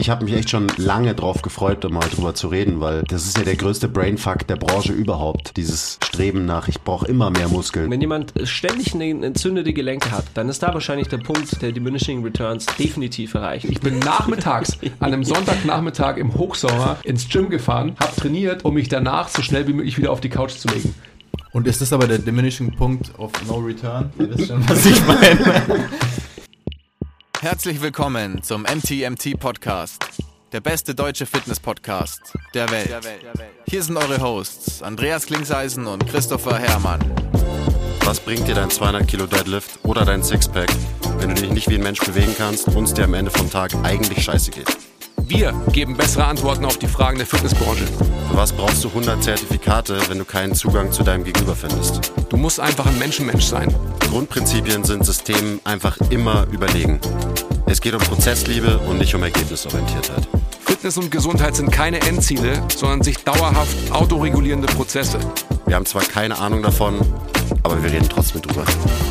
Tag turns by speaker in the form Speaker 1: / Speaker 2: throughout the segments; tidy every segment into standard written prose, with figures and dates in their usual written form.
Speaker 1: Ich habe mich echt schon lange drauf gefreut, mal drüber zu reden, weil das ist ja der größte Brainfuck der Branche überhaupt. Dieses Streben nach, ich brauche immer mehr Muskeln.
Speaker 2: Wenn jemand ständig entzündete Gelenke hat, dann ist da wahrscheinlich der Punkt der Diminishing Returns definitiv erreicht.
Speaker 3: Ich bin nachmittags, an einem Sonntagnachmittag im Hochsommer ins Gym gefahren, habe trainiert, um mich danach so schnell wie möglich wieder auf die Couch zu legen.
Speaker 4: Und ist das aber der Diminishing Punkt of No Return? Ihr wisst schon, was ich meine.
Speaker 5: Herzlich willkommen zum MTMT Podcast, der beste deutsche Fitness-Podcast der Welt. Hier sind eure Hosts Andreas Klingseisen und Christopher Herrmann.
Speaker 1: Was bringt dir dein 200 Kilo Deadlift oder dein Sixpack, wenn du dich nicht wie ein Mensch bewegen kannst und es dir am Ende vom Tag eigentlich scheiße geht?
Speaker 3: Wir geben bessere Antworten auf die Fragen der Fitnessbranche.
Speaker 1: Für was brauchst du 100 Zertifikate, wenn du keinen Zugang zu deinem Gegenüber findest?
Speaker 3: Du musst einfach ein Menschenmensch sein.
Speaker 1: Grundprinzipien sind Systemen einfach immer überlegen. Es geht um Prozessliebe und nicht um Ergebnisorientiertheit.
Speaker 3: Fitness und Gesundheit sind keine Endziele, sondern sich dauerhaft autoregulierende Prozesse.
Speaker 1: Wir haben zwar keine Ahnung davon, aber wir reden trotzdem drüber.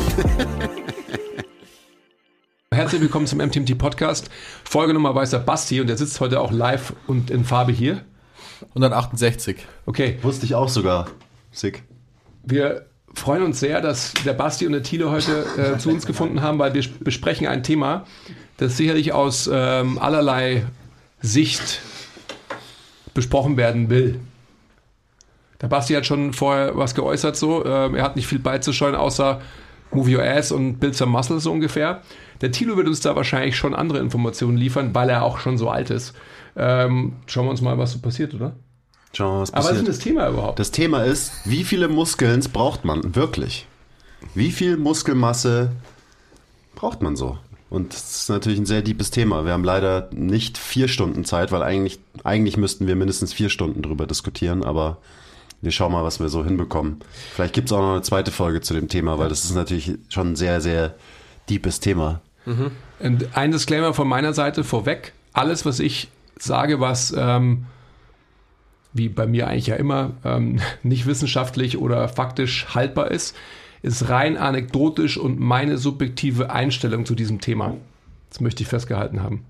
Speaker 3: Herzlich willkommen zum MTMT Podcast. Folge Nummer weiß der Basti und der sitzt heute auch live und in Farbe hier.
Speaker 4: 168.
Speaker 3: Okay.
Speaker 1: Wusste ich auch sogar. Sick.
Speaker 3: Wir freuen uns sehr, dass der Basti und der Thilo heute zu uns gefunden haben, weil wir besprechen ein Thema, das sicherlich aus allerlei Sicht besprochen werden will. Der Basti hat schon vorher was geäußert, so. Er hat nicht viel beizuscheuen, außer Move Your Ass und Build Some Muscle, so ungefähr. Der Thilo wird uns da wahrscheinlich schon andere Informationen liefern, weil er auch schon so alt ist. Schauen wir uns mal, was so passiert, oder?
Speaker 1: Schauen wir mal, was
Speaker 3: passiert. Aber was ist denn das Thema überhaupt?
Speaker 1: Das Thema ist, wie viele Muskeln braucht man wirklich? Wie viel Muskelmasse braucht man so? Und das ist natürlich ein sehr deepes Thema. Wir haben leider nicht 4 Stunden Zeit, weil eigentlich müssten wir mindestens 4 Stunden drüber diskutieren, aber wir schauen mal, was wir so hinbekommen. Vielleicht gibt es auch noch eine zweite Folge zu dem Thema, weil das ist natürlich schon ein sehr, sehr deepes Thema.
Speaker 3: Mhm. Und ein Disclaimer von meiner Seite vorweg. Alles, was ich sage, was wie bei mir eigentlich ja immer nicht wissenschaftlich oder faktisch haltbar ist rein anekdotisch und meine subjektive Einstellung zu diesem Thema. Das möchte ich festgehalten haben.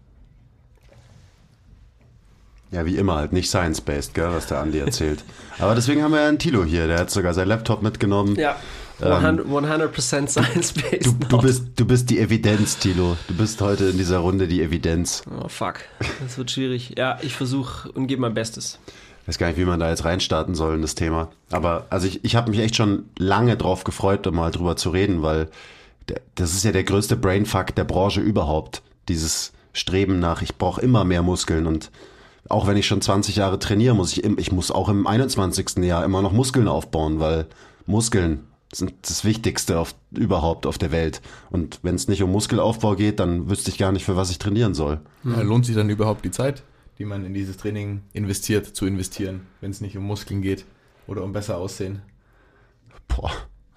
Speaker 1: Ja, wie immer halt, nicht science-based, gell, was der Andi erzählt. Aber deswegen haben wir ja einen Thilo hier, der hat sogar sein Laptop mitgenommen.
Speaker 2: Ja, 100% science-based.
Speaker 1: Du bist die Evidenz, Thilo. Du bist heute in dieser Runde die Evidenz.
Speaker 2: Oh, fuck. Das wird schwierig. Ja, ich versuche und gebe mein Bestes.
Speaker 1: Ich weiß gar nicht, wie man da jetzt reinstarten soll in das Thema. Aber also ich habe mich echt schon lange drauf gefreut, mal drüber zu reden, weil das ist ja der größte Brainfuck der Branche überhaupt. Dieses Streben nach, ich brauche immer mehr Muskeln. Und auch wenn ich schon 20 Jahre trainiere, ich muss auch im 21. Jahr immer noch Muskeln aufbauen, weil Muskeln sind das Wichtigste überhaupt auf der Welt. Und wenn es nicht um Muskelaufbau geht, dann wüsste ich gar nicht, für was ich trainieren soll.
Speaker 4: Ja, lohnt sich dann überhaupt die Zeit, die man in dieses Training zu investieren, wenn es nicht um Muskeln geht oder um besser aussehen?
Speaker 1: Boah.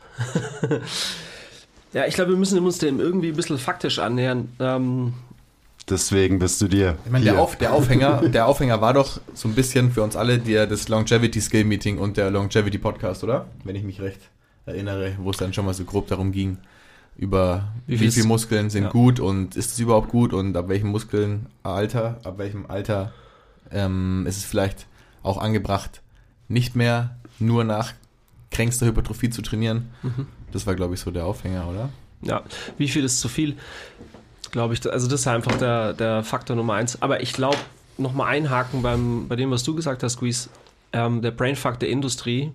Speaker 2: Ja, ich glaube, wir müssen uns dem irgendwie ein bisschen faktisch annähern.
Speaker 1: Deswegen bist du dir.
Speaker 4: Ich meine, der Aufhänger war doch so ein bisschen für uns alle das Longevity Skill Meeting und der Longevity Podcast, oder? Wenn ich mich recht erinnere, wo es dann schon mal so grob darum ging, über wie viele Muskeln sind gut und ist es überhaupt gut und ab welchem Muskelalter, ab welchem Alter ist es vielleicht auch angebracht, nicht mehr nur nach kränkster Hypertrophie zu trainieren. Mhm. Das war, glaube ich, so der Aufhänger, oder?
Speaker 2: Ja, wie viel ist zu viel? Glaube ich, also das ist einfach der Faktor Nummer 1. Aber ich glaube, nochmal einhaken bei dem, was du gesagt hast, Squeeze, der Brainfuck der Industrie,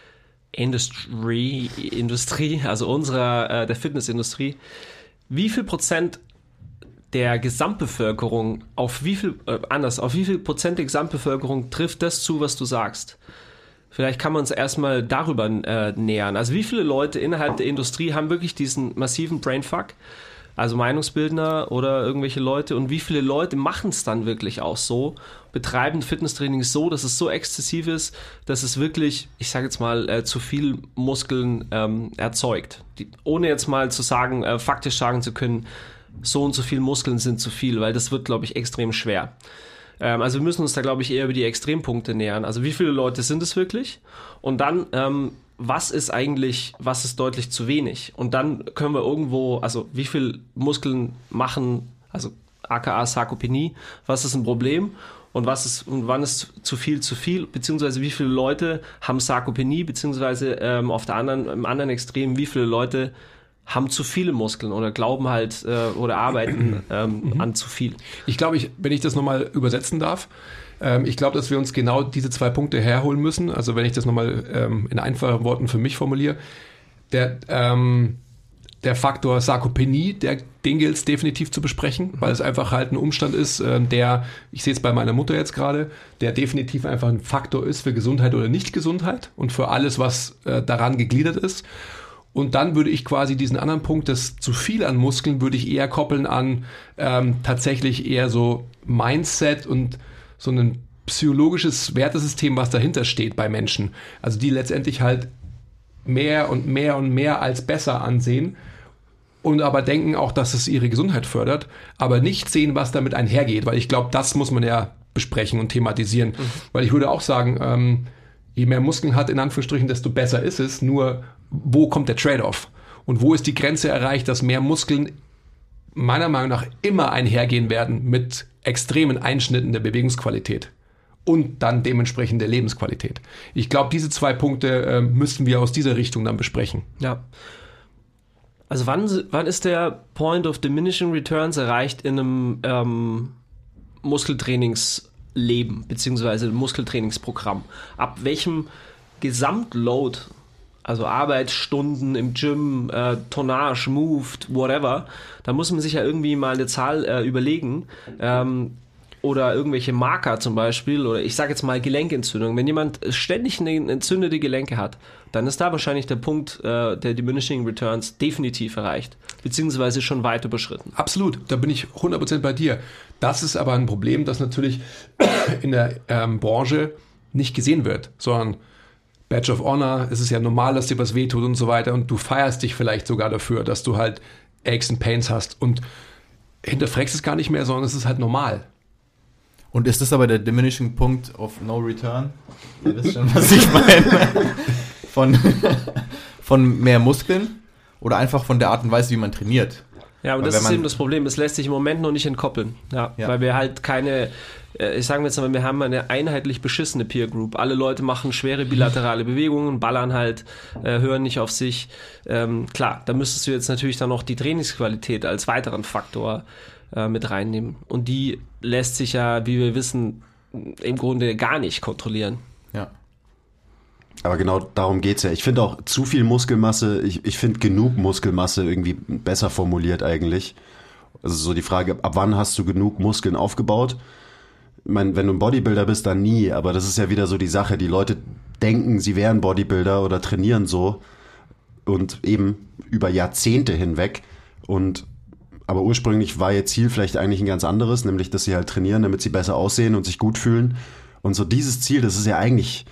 Speaker 2: also unserer, der Fitnessindustrie, wie viel Prozent der Gesamtbevölkerung, auf wie viel Prozent der Gesamtbevölkerung trifft das zu, was du sagst? Vielleicht kann man uns erstmal darüber nähern. Also wie viele Leute innerhalb der Industrie haben wirklich diesen massiven Brainfuck? Also Meinungsbildner oder irgendwelche Leute, und wie viele Leute machen es dann wirklich auch so, betreiben Fitnesstraining so, dass es so exzessiv ist, dass es wirklich, ich sage jetzt mal, zu viel Muskeln erzeugt. Ohne jetzt mal zu sagen, faktisch sagen zu können, so und so viel Muskeln sind zu viel, weil das wird, glaube ich, extrem schwer. Also wir müssen uns da, glaube ich, eher über die Extrempunkte nähern. Also wie viele Leute sind es wirklich? Und dann was ist deutlich zu wenig? Und dann können wir irgendwo, also wie viel Muskeln machen, also aka Sarkopenie, was ist ein Problem und wann ist zu viel, beziehungsweise wie viele Leute haben Sarkopenie, beziehungsweise im anderen Extrem, wie viele Leute haben zu viele Muskeln oder glauben halt oder arbeiten an zu viel.
Speaker 3: Ich glaube, wenn ich das nochmal übersetzen darf, ich glaube, dass wir uns genau diese 2 Punkte herholen müssen. Also wenn ich das nochmal in einfachen Worten für mich formuliere, der Faktor Sarkopenie, den gilt es definitiv zu besprechen, weil es einfach halt ein Umstand ist, ich sehe es bei meiner Mutter jetzt gerade, der definitiv einfach ein Faktor ist für Gesundheit oder Nicht-Gesundheit und für alles, was daran gegliedert ist. Und dann würde ich quasi diesen anderen Punkt, das zu viel an Muskeln, würde ich eher koppeln an tatsächlich eher so Mindset und so ein psychologisches Wertesystem, was dahinter steht bei Menschen. Also die letztendlich halt mehr und mehr und mehr als besser ansehen und aber denken auch, dass es ihre Gesundheit fördert, aber nicht sehen, was damit einhergeht, weil ich glaube, das muss man ja besprechen und thematisieren. Weil ich würde auch sagen, je mehr Muskeln hat, in Anführungsstrichen, desto besser ist es, nur wo kommt der Trade-off? Und wo ist die Grenze erreicht, dass mehr Muskeln meiner Meinung nach immer einhergehen werden mit extremen Einschnitten der Bewegungsqualität und dann dementsprechend der Lebensqualität. Ich glaube, diese 2 Punkte müssten wir aus dieser Richtung dann besprechen.
Speaker 2: Ja. Also wann ist der Point of Diminishing Returns erreicht in einem Muskeltrainingsleben beziehungsweise Muskeltrainingsprogramm? Ab welchem Gesamtload, also Arbeitsstunden im Gym, Tonnage, Moved, whatever, da muss man sich ja irgendwie mal eine Zahl überlegen, oder irgendwelche Marker zum Beispiel, oder ich sage jetzt mal Gelenkentzündung. Wenn jemand ständig entzündete Gelenke hat, dann ist da wahrscheinlich der Punkt der Diminishing Returns definitiv erreicht, beziehungsweise schon weit überschritten.
Speaker 3: Absolut, da bin ich 100% bei dir. Das ist aber ein Problem, das natürlich in der Branche nicht gesehen wird, sondern Badge of Honor, es ist ja normal, dass dir was wehtut und so weiter und du feierst dich vielleicht sogar dafür, dass du halt Aches and Pains hast und hinterfragst es gar nicht mehr, sondern es ist halt normal.
Speaker 4: Und ist das aber der diminishing Punkt of no return? Ihr wisst schon, was ich meine. Von mehr Muskeln oder einfach von der Art und Weise, wie man trainiert?
Speaker 2: Ja, und das ist eben das Problem. Es lässt sich im Moment noch nicht entkoppeln. Ja. Weil wir halt keine, ich sage jetzt mal, wir haben eine einheitlich beschissene Peer Group. Alle Leute machen schwere bilaterale Bewegungen, ballern halt, hören nicht auf sich. Klar, da müsstest du jetzt natürlich dann noch die Trainingsqualität als weiteren Faktor mit reinnehmen. Und die lässt sich ja, wie wir wissen, im Grunde gar nicht kontrollieren.
Speaker 4: Ja.
Speaker 1: Aber genau darum geht's ja. Ich finde auch zu viel Muskelmasse, ich finde genug Muskelmasse irgendwie besser formuliert eigentlich. Also so die Frage, ab wann hast du genug Muskeln aufgebaut? Ich meine, wenn du ein Bodybuilder bist, dann nie. Aber das ist ja wieder so die Sache. Die Leute denken, sie wären Bodybuilder oder trainieren so und eben über Jahrzehnte hinweg. Aber ursprünglich war ihr Ziel vielleicht eigentlich ein ganz anderes, nämlich, dass sie halt trainieren, damit sie besser aussehen und sich gut fühlen. Und so dieses Ziel, das ist ja eigentlich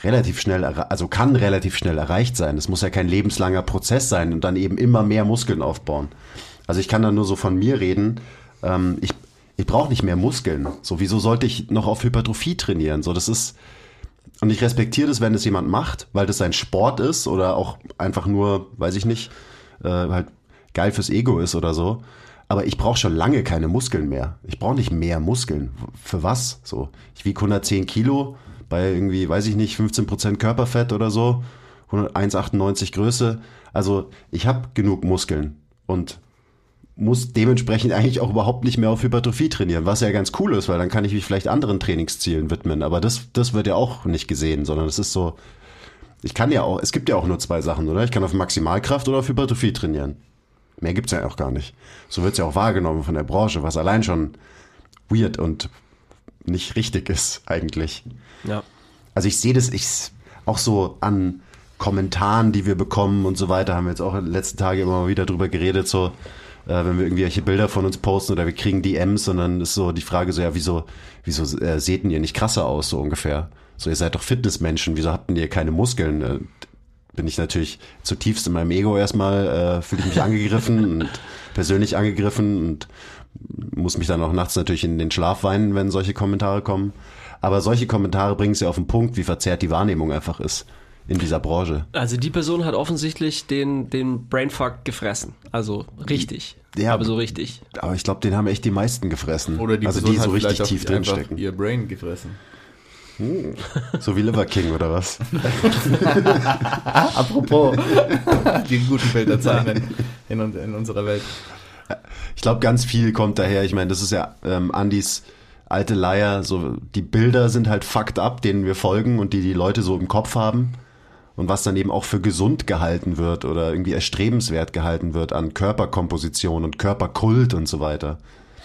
Speaker 1: kann relativ schnell erreicht sein. Das muss ja kein lebenslanger Prozess sein und dann eben immer mehr Muskeln aufbauen. Also ich kann da nur so von mir reden. Ich brauche nicht mehr Muskeln. So, wieso sollte ich noch auf Hypertrophie trainieren? So, und ich respektiere das, wenn es jemand macht, weil das sein Sport ist oder auch einfach nur, weiß ich nicht, halt geil fürs Ego ist oder so. Aber ich brauche schon lange keine Muskeln mehr. Ich brauche nicht mehr Muskeln. Für was? So, ich wiege 110 Kilo bei irgendwie, weiß ich nicht, 15% Körperfett oder so, 1,98 Größe. Also ich habe genug Muskeln und muss dementsprechend eigentlich auch überhaupt nicht mehr auf Hypertrophie trainieren, was ja ganz cool ist, weil dann kann ich mich vielleicht anderen Trainingszielen widmen. Aber das wird ja auch nicht gesehen, sondern es ist so, es gibt ja auch nur 2 Sachen, oder? Ich kann auf Maximalkraft oder auf Hypertrophie trainieren. Mehr gibt's ja auch gar nicht. So wird's ja auch wahrgenommen von der Branche, was allein schon weird und nicht richtig ist eigentlich.
Speaker 2: Ja.
Speaker 1: Also ich sehe das auch so an Kommentaren, die wir bekommen und so weiter, haben wir jetzt auch in den letzten Tagen immer mal wieder drüber geredet, so wenn wir irgendwelche Bilder von uns posten oder wir kriegen DMs und dann ist so die Frage so, ja, wieso seht denn ihr nicht krasser aus, so ungefähr? So, ihr seid doch Fitnessmenschen, wieso habt denn ihr keine Muskeln? Bin ich natürlich zutiefst in meinem Ego erstmal, fühle ich mich angegriffen und persönlich angegriffen und muss mich dann auch nachts natürlich in den Schlaf weinen, wenn solche Kommentare kommen. Aber solche Kommentare bringen es ja auf den Punkt, wie verzerrt die Wahrnehmung einfach ist. in dieser Branche.
Speaker 2: Also die Person hat offensichtlich den Brainfuck gefressen. Also richtig.
Speaker 1: Ja,
Speaker 2: aber so richtig.
Speaker 1: Aber ich glaube, den haben echt die meisten gefressen.
Speaker 4: Oder die
Speaker 1: also
Speaker 4: Person
Speaker 1: die so
Speaker 4: hat
Speaker 1: richtig
Speaker 4: vielleicht
Speaker 1: tief
Speaker 4: auch einfach
Speaker 1: drinstecken.
Speaker 4: ihr Brain gefressen.
Speaker 1: So wie Liver King oder was?
Speaker 4: Apropos, die guten Bilder zeichnen in unserer Welt.
Speaker 1: Ich glaube, ganz viel kommt daher. Ich meine, das ist ja Andys alte Leier. So, die Bilder sind halt fucked up, denen wir folgen und die Leute so im Kopf haben. Und was dann eben auch für gesund gehalten wird oder irgendwie erstrebenswert gehalten wird an Körperkomposition und Körperkult und so weiter.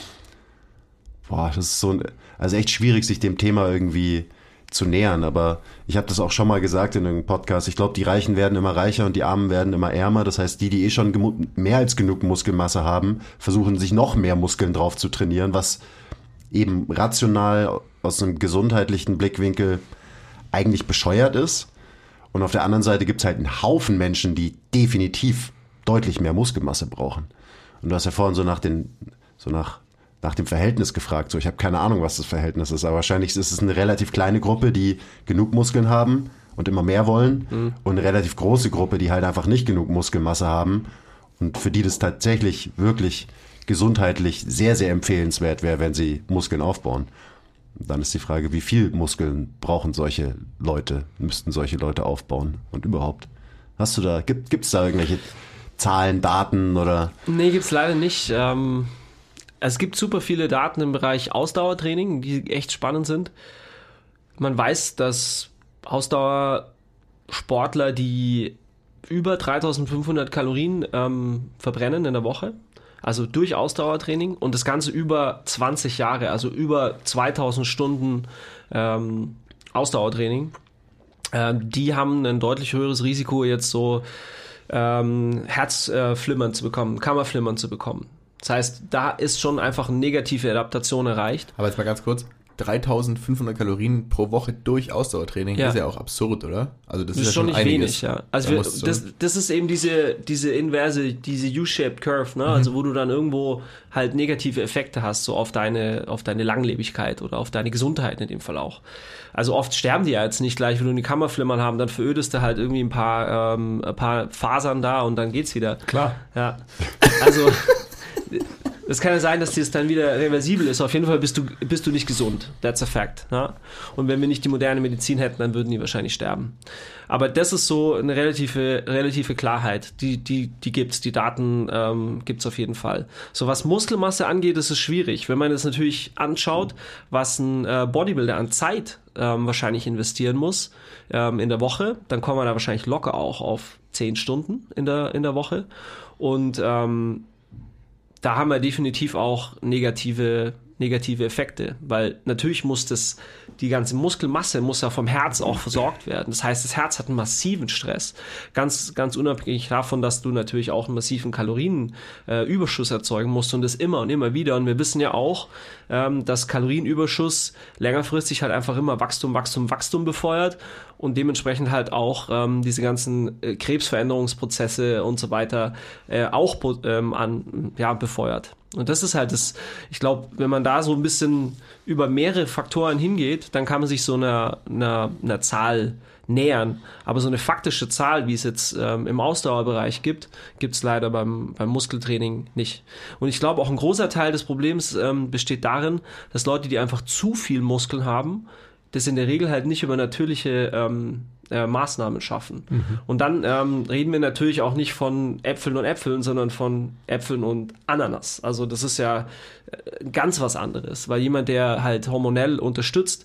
Speaker 1: Boah, das ist also echt schwierig, sich dem Thema irgendwie zu nähern, aber ich habe das auch schon mal gesagt in einem Podcast. Ich glaube, die Reichen werden immer reicher und die Armen werden immer ärmer. Das heißt, die schon mehr als genug Muskelmasse haben, versuchen sich noch mehr Muskeln drauf zu trainieren, was eben rational aus einem gesundheitlichen Blickwinkel eigentlich bescheuert ist. Und auf der anderen Seite gibt es halt einen Haufen Menschen, die definitiv deutlich mehr Muskelmasse brauchen. Und du hast ja vorhin nach dem Verhältnis gefragt. So, ich habe keine Ahnung, was das Verhältnis ist, aber wahrscheinlich ist es eine relativ kleine Gruppe, die genug Muskeln haben und immer mehr wollen und eine relativ große Gruppe, die halt einfach nicht genug Muskelmasse haben und für die das tatsächlich wirklich gesundheitlich sehr, sehr empfehlenswert wäre, wenn sie Muskeln aufbauen. Und dann ist die Frage, wie viel Muskeln müssten solche Leute aufbauen und überhaupt? Gibt's da irgendwelche Zahlen, Daten oder?
Speaker 2: Nee, gibt's leider nicht. Es gibt super viele Daten im Bereich Ausdauertraining, die echt spannend sind. Man weiß, dass Ausdauersportler, die über 3500 Kalorien verbrennen in der Woche, also durch Ausdauertraining und das Ganze über 20 Jahre, also über 2000 Stunden Ausdauertraining, die haben ein deutlich höheres Risiko, jetzt so Herzflimmern zu bekommen, Kammerflimmern zu bekommen. Das heißt, da ist schon einfach eine negative Adaptation erreicht.
Speaker 4: Aber jetzt mal ganz kurz, 3500 Kalorien pro Woche durch Ausdauertraining ist ja auch absurd, oder? Also das ist ja schon nicht einiges.
Speaker 2: Wenig, ja. Also das ist eben diese inverse, diese U-shaped Curve, ne? Also wo du dann irgendwo halt negative Effekte hast, so auf deine Langlebigkeit oder auf deine Gesundheit in dem Fall auch. Also oft sterben die ja jetzt nicht gleich, wenn du eine Kammerflimmern haben, dann verödest du halt irgendwie ein paar Fasern da und dann geht's wieder.
Speaker 3: Klar.
Speaker 2: Ja. Also es kann ja sein, dass das dann wieder reversibel ist. Auf jeden Fall bist du nicht gesund. That's a fact. Ja? Und wenn wir nicht die moderne Medizin hätten, dann würden die wahrscheinlich sterben. Aber das ist so eine relative Klarheit. Die gibt's. Die Daten gibt's auf jeden Fall. So was Muskelmasse angeht, ist es schwierig. Wenn man das natürlich anschaut, was ein Bodybuilder an Zeit wahrscheinlich investieren muss in der Woche, dann kommen wir da wahrscheinlich locker auch auf 10 Stunden in der Woche. Und da haben wir definitiv auch negative Effekte, weil natürlich muss die ganze Muskelmasse muss ja vom Herz auch versorgt werden. Das heißt, das Herz hat einen massiven Stress. Ganz, ganz unabhängig davon, dass du natürlich auch einen massiven Kalorienüberschuss erzeugen musst und das immer und immer wieder. Und wir wissen ja auch, dass Kalorienüberschuss längerfristig halt einfach immer Wachstum befeuert und dementsprechend halt auch diese ganzen Krebsveränderungsprozesse und so weiter auch befeuert. Und das ist halt ich glaube, wenn man da so ein bisschen über mehrere Faktoren hingeht, dann kann man sich so einer Zahl nähern. Aber so eine faktische Zahl, wie es jetzt im Ausdauerbereich gibt es leider beim Muskeltraining nicht. Und ich glaube, auch ein großer Teil des Problems besteht darin, dass Leute, die einfach zu viel Muskeln haben, das in der Regel halt nicht über natürliche Maßnahmen schaffen. Und dann reden wir natürlich auch nicht von Äpfeln und Äpfeln, sondern von Äpfeln und Ananas. Also das ist ja ganz was anderes, weil jemand, der halt hormonell unterstützt,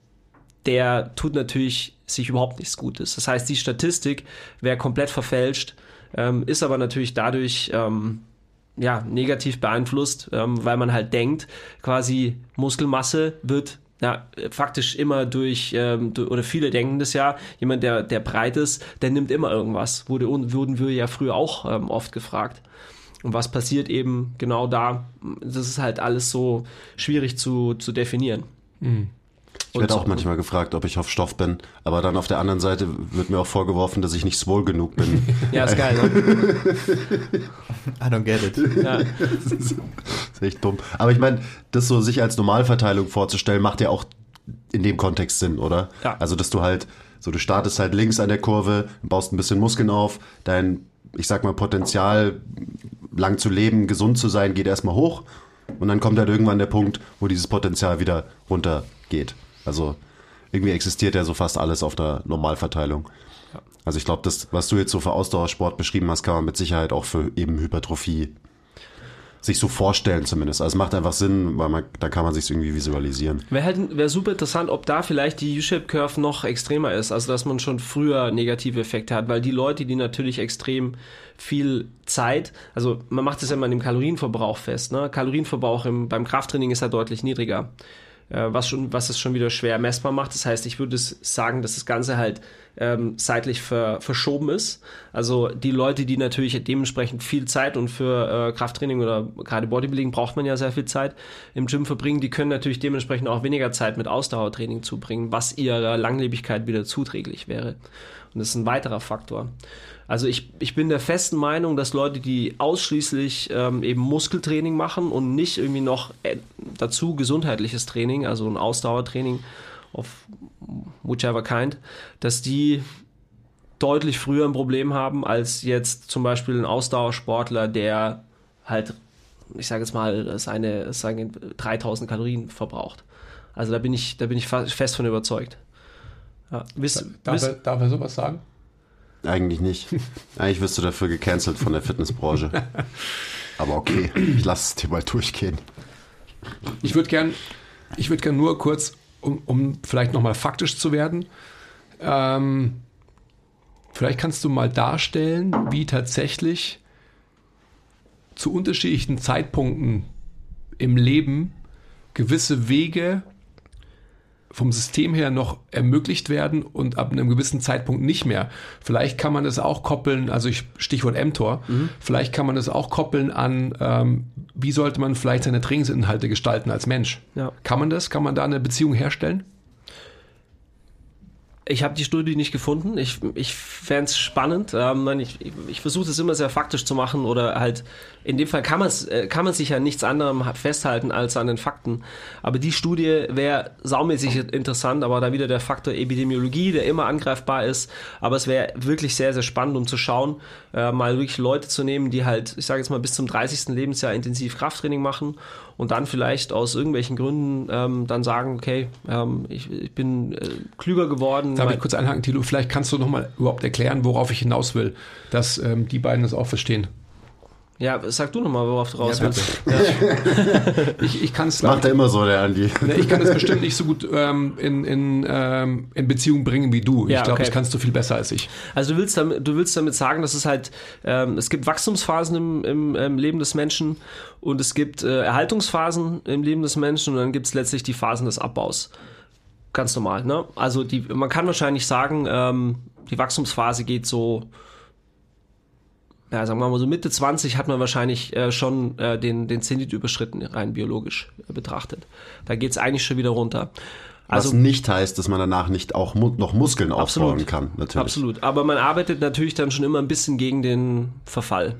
Speaker 2: der tut natürlich sich überhaupt nichts Gutes. Das heißt, die Statistik wäre komplett verfälscht, ist aber natürlich dadurch negativ beeinflusst, weil man halt denkt, quasi Muskelmasse wird faktisch immer oder viele denken das ja, jemand, der breit ist, der nimmt immer irgendwas. Wurden wir ja früher auch oft gefragt. Und was passiert eben genau da? Das ist halt alles so schwierig zu definieren.
Speaker 1: Ich werde auch manchmal gefragt, ob ich auf Stoff bin, aber dann auf der anderen Seite wird mir auch vorgeworfen, dass ich nicht swole genug bin.
Speaker 2: Ja, ist geil, ne?
Speaker 4: I don't get it.
Speaker 2: Ja.
Speaker 1: Das ist echt dumm. Aber ich meine, das so sich als Normalverteilung vorzustellen, macht ja auch in dem Kontext Sinn, oder?
Speaker 2: Ja.
Speaker 1: Also, dass du halt, so du startest halt links an der Kurve, baust ein bisschen Muskeln auf, dein, ich sag mal, Potenzial, lang zu leben, gesund zu sein, geht erstmal hoch und dann kommt halt irgendwann der Punkt, wo dieses Potenzial wieder runter geht. Also irgendwie existiert ja so fast alles auf der Normalverteilung.
Speaker 2: Ja.
Speaker 1: Also ich glaube, das, was du jetzt so für Ausdauersport beschrieben hast, kann man mit Sicherheit auch für eben Hypertrophie sich so vorstellen zumindest. Also es macht einfach Sinn, weil da kann man sich irgendwie visualisieren.
Speaker 2: Wäre super interessant, ob da vielleicht die U-Shape-Curve noch extremer ist, also dass man schon früher negative Effekte hat, weil die Leute, die natürlich extrem viel Zeit, also man macht es ja immer an dem Kalorienverbrauch fest, ne? Kalorienverbrauch beim Krafttraining ist ja deutlich niedriger, was es schon wieder schwer messbar macht. Das heißt, ich würde sagen, dass das Ganze halt seitlich verschoben ist. Also die Leute, die natürlich dementsprechend viel Zeit und für Krafttraining oder gerade Bodybuilding braucht man ja sehr viel Zeit im Gym verbringen, die können natürlich dementsprechend auch weniger Zeit mit Ausdauertraining zubringen, was ihrer Langlebigkeit wieder zuträglich wäre. Und das ist ein weiterer Faktor. Also ich bin der festen Meinung, dass Leute, die ausschließlich eben Muskeltraining machen und nicht irgendwie noch dazu gesundheitliches Training, also ein Ausdauertraining of whichever kind, dass die deutlich früher ein Problem haben als jetzt zum Beispiel ein Ausdauersportler, der halt, ich sage jetzt mal, seine 3000 Kalorien verbraucht. Also da bin ich fest von überzeugt. Ja.
Speaker 3: Darf er sowas sagen?
Speaker 1: Eigentlich nicht. Eigentlich wirst du dafür gecancelt von der Fitnessbranche. Aber okay, ich lasse es dir mal durchgehen.
Speaker 3: Ich würde gern nur kurz, um vielleicht nochmal faktisch zu werden, vielleicht kannst du mal darstellen, wie tatsächlich zu unterschiedlichen Zeitpunkten im Leben gewisse Wege vom System her noch ermöglicht werden und ab einem gewissen Zeitpunkt nicht mehr. Vielleicht kann man das auch koppeln, also Stichwort mTOR, vielleicht kann man das auch koppeln an, wie sollte man vielleicht seine Trainingsinhalte gestalten als Mensch.
Speaker 2: Ja.
Speaker 3: Kann man das? Kann man da eine Beziehung herstellen?
Speaker 2: Ich habe die Studie nicht gefunden. Ich fände es spannend. Ich versuche es immer sehr faktisch zu machen oder halt, in dem Fall kann man sich ja nichts anderem festhalten als an den Fakten. Aber die Studie wäre saumäßig interessant, aber da wieder der Faktor Epidemiologie, der immer angreifbar ist. Aber es wäre wirklich sehr, sehr spannend, um zu schauen, mal wirklich Leute zu nehmen, die halt, ich sage jetzt mal, bis zum 30. Lebensjahr intensiv Krafttraining machen und dann vielleicht aus irgendwelchen Gründen dann sagen, okay, ich bin klüger geworden.
Speaker 3: Darf ich kurz einhaken, Thilo? Vielleicht kannst du nochmal überhaupt erklären, worauf ich hinaus will, dass die beiden das auch verstehen.
Speaker 2: Ja, sag du nochmal, worauf du raus willst.
Speaker 3: Ich kann es
Speaker 1: macht er immer so, der Andi.
Speaker 3: Ich kann es bestimmt nicht so gut in Beziehung bringen wie du.
Speaker 2: Ja,
Speaker 3: ich glaube,
Speaker 2: okay.
Speaker 3: Das kannst du viel besser als ich.
Speaker 2: Also du willst damit sagen, dass es halt, es gibt Wachstumsphasen im Leben des Menschen und es gibt Erhaltungsphasen im Leben des Menschen und dann gibt es letztlich die Phasen des Abbaus. Ganz normal, ne? Also man kann wahrscheinlich sagen, die Wachstumsphase geht so, ja, sagen wir mal so Mitte 20 hat man wahrscheinlich schon den Zenit überschritten, rein biologisch betrachtet. Da geht es eigentlich schon wieder runter. Also,
Speaker 1: was nicht heißt, dass man danach nicht auch noch Muskeln
Speaker 2: absolut,
Speaker 1: aufbauen kann, natürlich.
Speaker 2: Absolut, aber man arbeitet natürlich dann schon immer ein bisschen gegen den Verfall.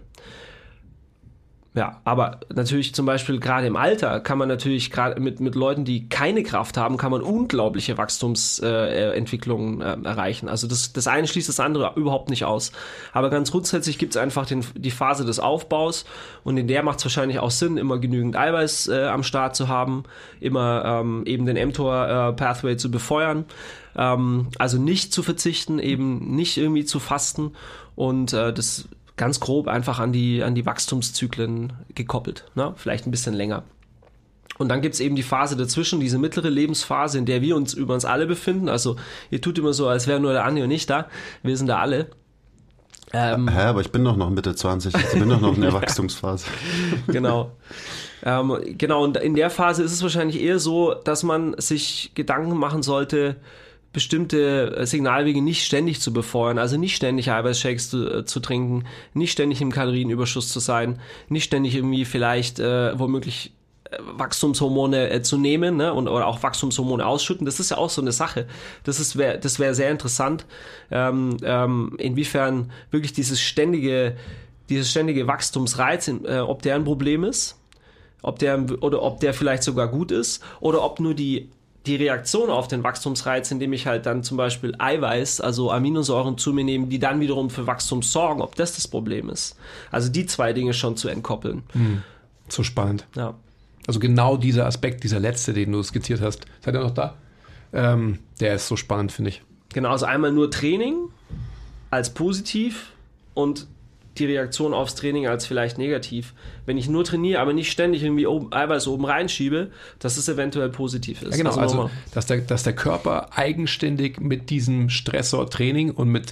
Speaker 2: Ja, aber natürlich zum Beispiel gerade im Alter kann man natürlich gerade mit Leuten, die keine Kraft haben, kann man unglaubliche Wachstumsentwicklungen erreichen. Also das eine schließt das andere überhaupt nicht aus. Aber ganz grundsätzlich gibt es einfach die Phase des Aufbaus und in der macht es wahrscheinlich auch Sinn, immer genügend Eiweiß am Start zu haben, immer eben den mTOR-Pathway zu befeuern. Also nicht zu verzichten, eben nicht irgendwie zu fasten und das ganz grob einfach an die Wachstumszyklen gekoppelt, ne? Vielleicht ein bisschen länger. Und dann gibt es eben die Phase dazwischen, diese mittlere Lebensphase, in der wir uns über uns alle befinden. Also ihr tut immer so, als wäre nur der Andi und ich da. Wir sind da alle.
Speaker 1: Aber ich bin doch noch Mitte 20, ich bin doch noch in der Wachstumsphase.
Speaker 2: Genau. Genau, und in der Phase ist es wahrscheinlich eher so, dass man sich Gedanken machen sollte, bestimmte Signalwege nicht ständig zu befeuern, also nicht ständig Eiweißshakes zu trinken, nicht ständig im Kalorienüberschuss zu sein, nicht ständig irgendwie vielleicht womöglich Wachstumshormone zu nehmen, ne, oder auch Wachstumshormone ausschütten. Das ist ja auch so eine Sache. Das wäre sehr interessant, inwiefern wirklich dieses ständige Wachstumsreiz, ob der ein Problem ist, ob der vielleicht sogar gut ist oder ob nur die die Reaktion auf den Wachstumsreiz, indem ich halt dann zum Beispiel Eiweiß, also Aminosäuren zu mir nehme, die dann wiederum für Wachstum sorgen, ob das Problem ist. Also die zwei Dinge schon zu entkoppeln.
Speaker 3: So spannend.
Speaker 2: Ja.
Speaker 3: Also genau dieser Aspekt, dieser letzte, den du skizziert hast. Seid ihr noch da? Der ist so spannend, finde ich.
Speaker 2: Genau, also einmal nur Training als positiv und die Reaktion aufs Training als vielleicht negativ. Wenn ich nur trainiere, aber nicht ständig irgendwie Eiweiß oben reinschiebe, dass es eventuell positiv ist.
Speaker 3: Ja, genau, also dass der Körper eigenständig mit diesem Stressor Training und mit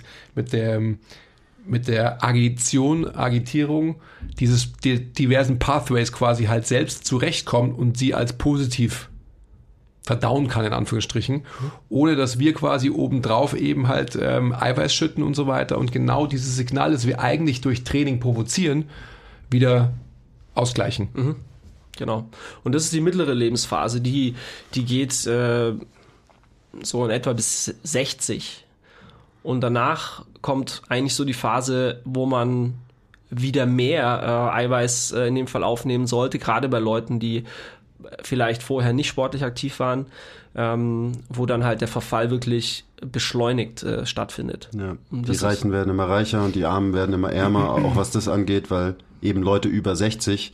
Speaker 3: der Agitierung die diversen Pathways quasi halt selbst zurechtkommt und sie als positiv verdauen kann, in Anführungsstrichen, ohne dass wir quasi obendrauf eben halt Eiweiß schütten und so weiter und genau dieses Signal, das wir eigentlich durch Training provozieren, wieder ausgleichen.
Speaker 2: Genau. Und das ist die mittlere Lebensphase, die geht so in etwa bis 60. Und danach kommt eigentlich so die Phase, wo man wieder mehr Eiweiß in dem Fall aufnehmen sollte, gerade bei Leuten, die vielleicht vorher nicht sportlich aktiv waren, wo dann halt der Verfall wirklich beschleunigt stattfindet.
Speaker 1: Ja, die Reichen werden immer reicher und die Armen werden immer ärmer, auch was das angeht, weil eben Leute über 60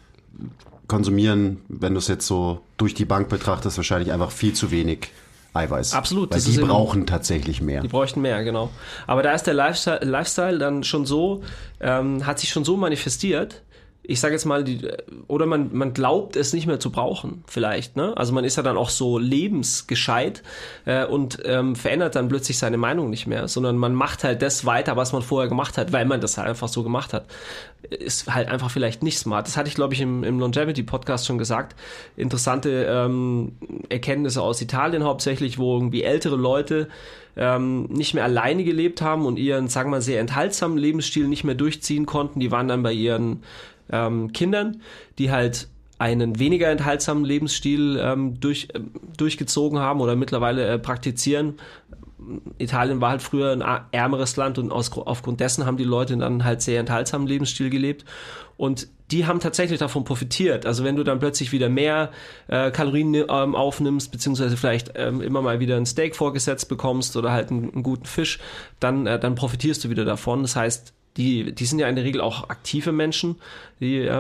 Speaker 1: konsumieren, wenn du es jetzt so durch die Bank betrachtest, wahrscheinlich einfach viel zu wenig Eiweiß.
Speaker 2: Absolut.
Speaker 1: Weil die brauchen tatsächlich mehr.
Speaker 2: Die bräuchten mehr, genau. Aber da ist der Lifestyle dann schon so, hat sich schon so manifestiert, ich sage jetzt mal, oder man glaubt es nicht mehr zu brauchen, vielleicht, ne? Also man ist ja dann auch so lebensgescheit und verändert dann plötzlich seine Meinung nicht mehr, sondern man macht halt das weiter, was man vorher gemacht hat, weil man das halt einfach so gemacht hat. Ist halt einfach vielleicht nicht smart. Das hatte ich, glaube ich, im Longevity-Podcast schon gesagt. Interessante Erkenntnisse aus Italien hauptsächlich, wo irgendwie ältere Leute nicht mehr alleine gelebt haben und ihren, sagen wir mal, sehr enthaltsamen Lebensstil nicht mehr durchziehen konnten. Die waren dann bei ihren Kindern, die halt einen weniger enthaltsamen Lebensstil durchgezogen haben oder mittlerweile praktizieren. Italien war halt früher ein ärmeres Land und aufgrund dessen haben die Leute dann halt sehr enthaltsamen Lebensstil gelebt und die haben tatsächlich davon profitiert. Also wenn du dann plötzlich wieder mehr Kalorien aufnimmst, beziehungsweise vielleicht immer mal wieder ein Steak vorgesetzt bekommst oder halt einen guten Fisch, dann profitierst du wieder davon. Das heißt, die sind ja in der Regel auch aktive Menschen, die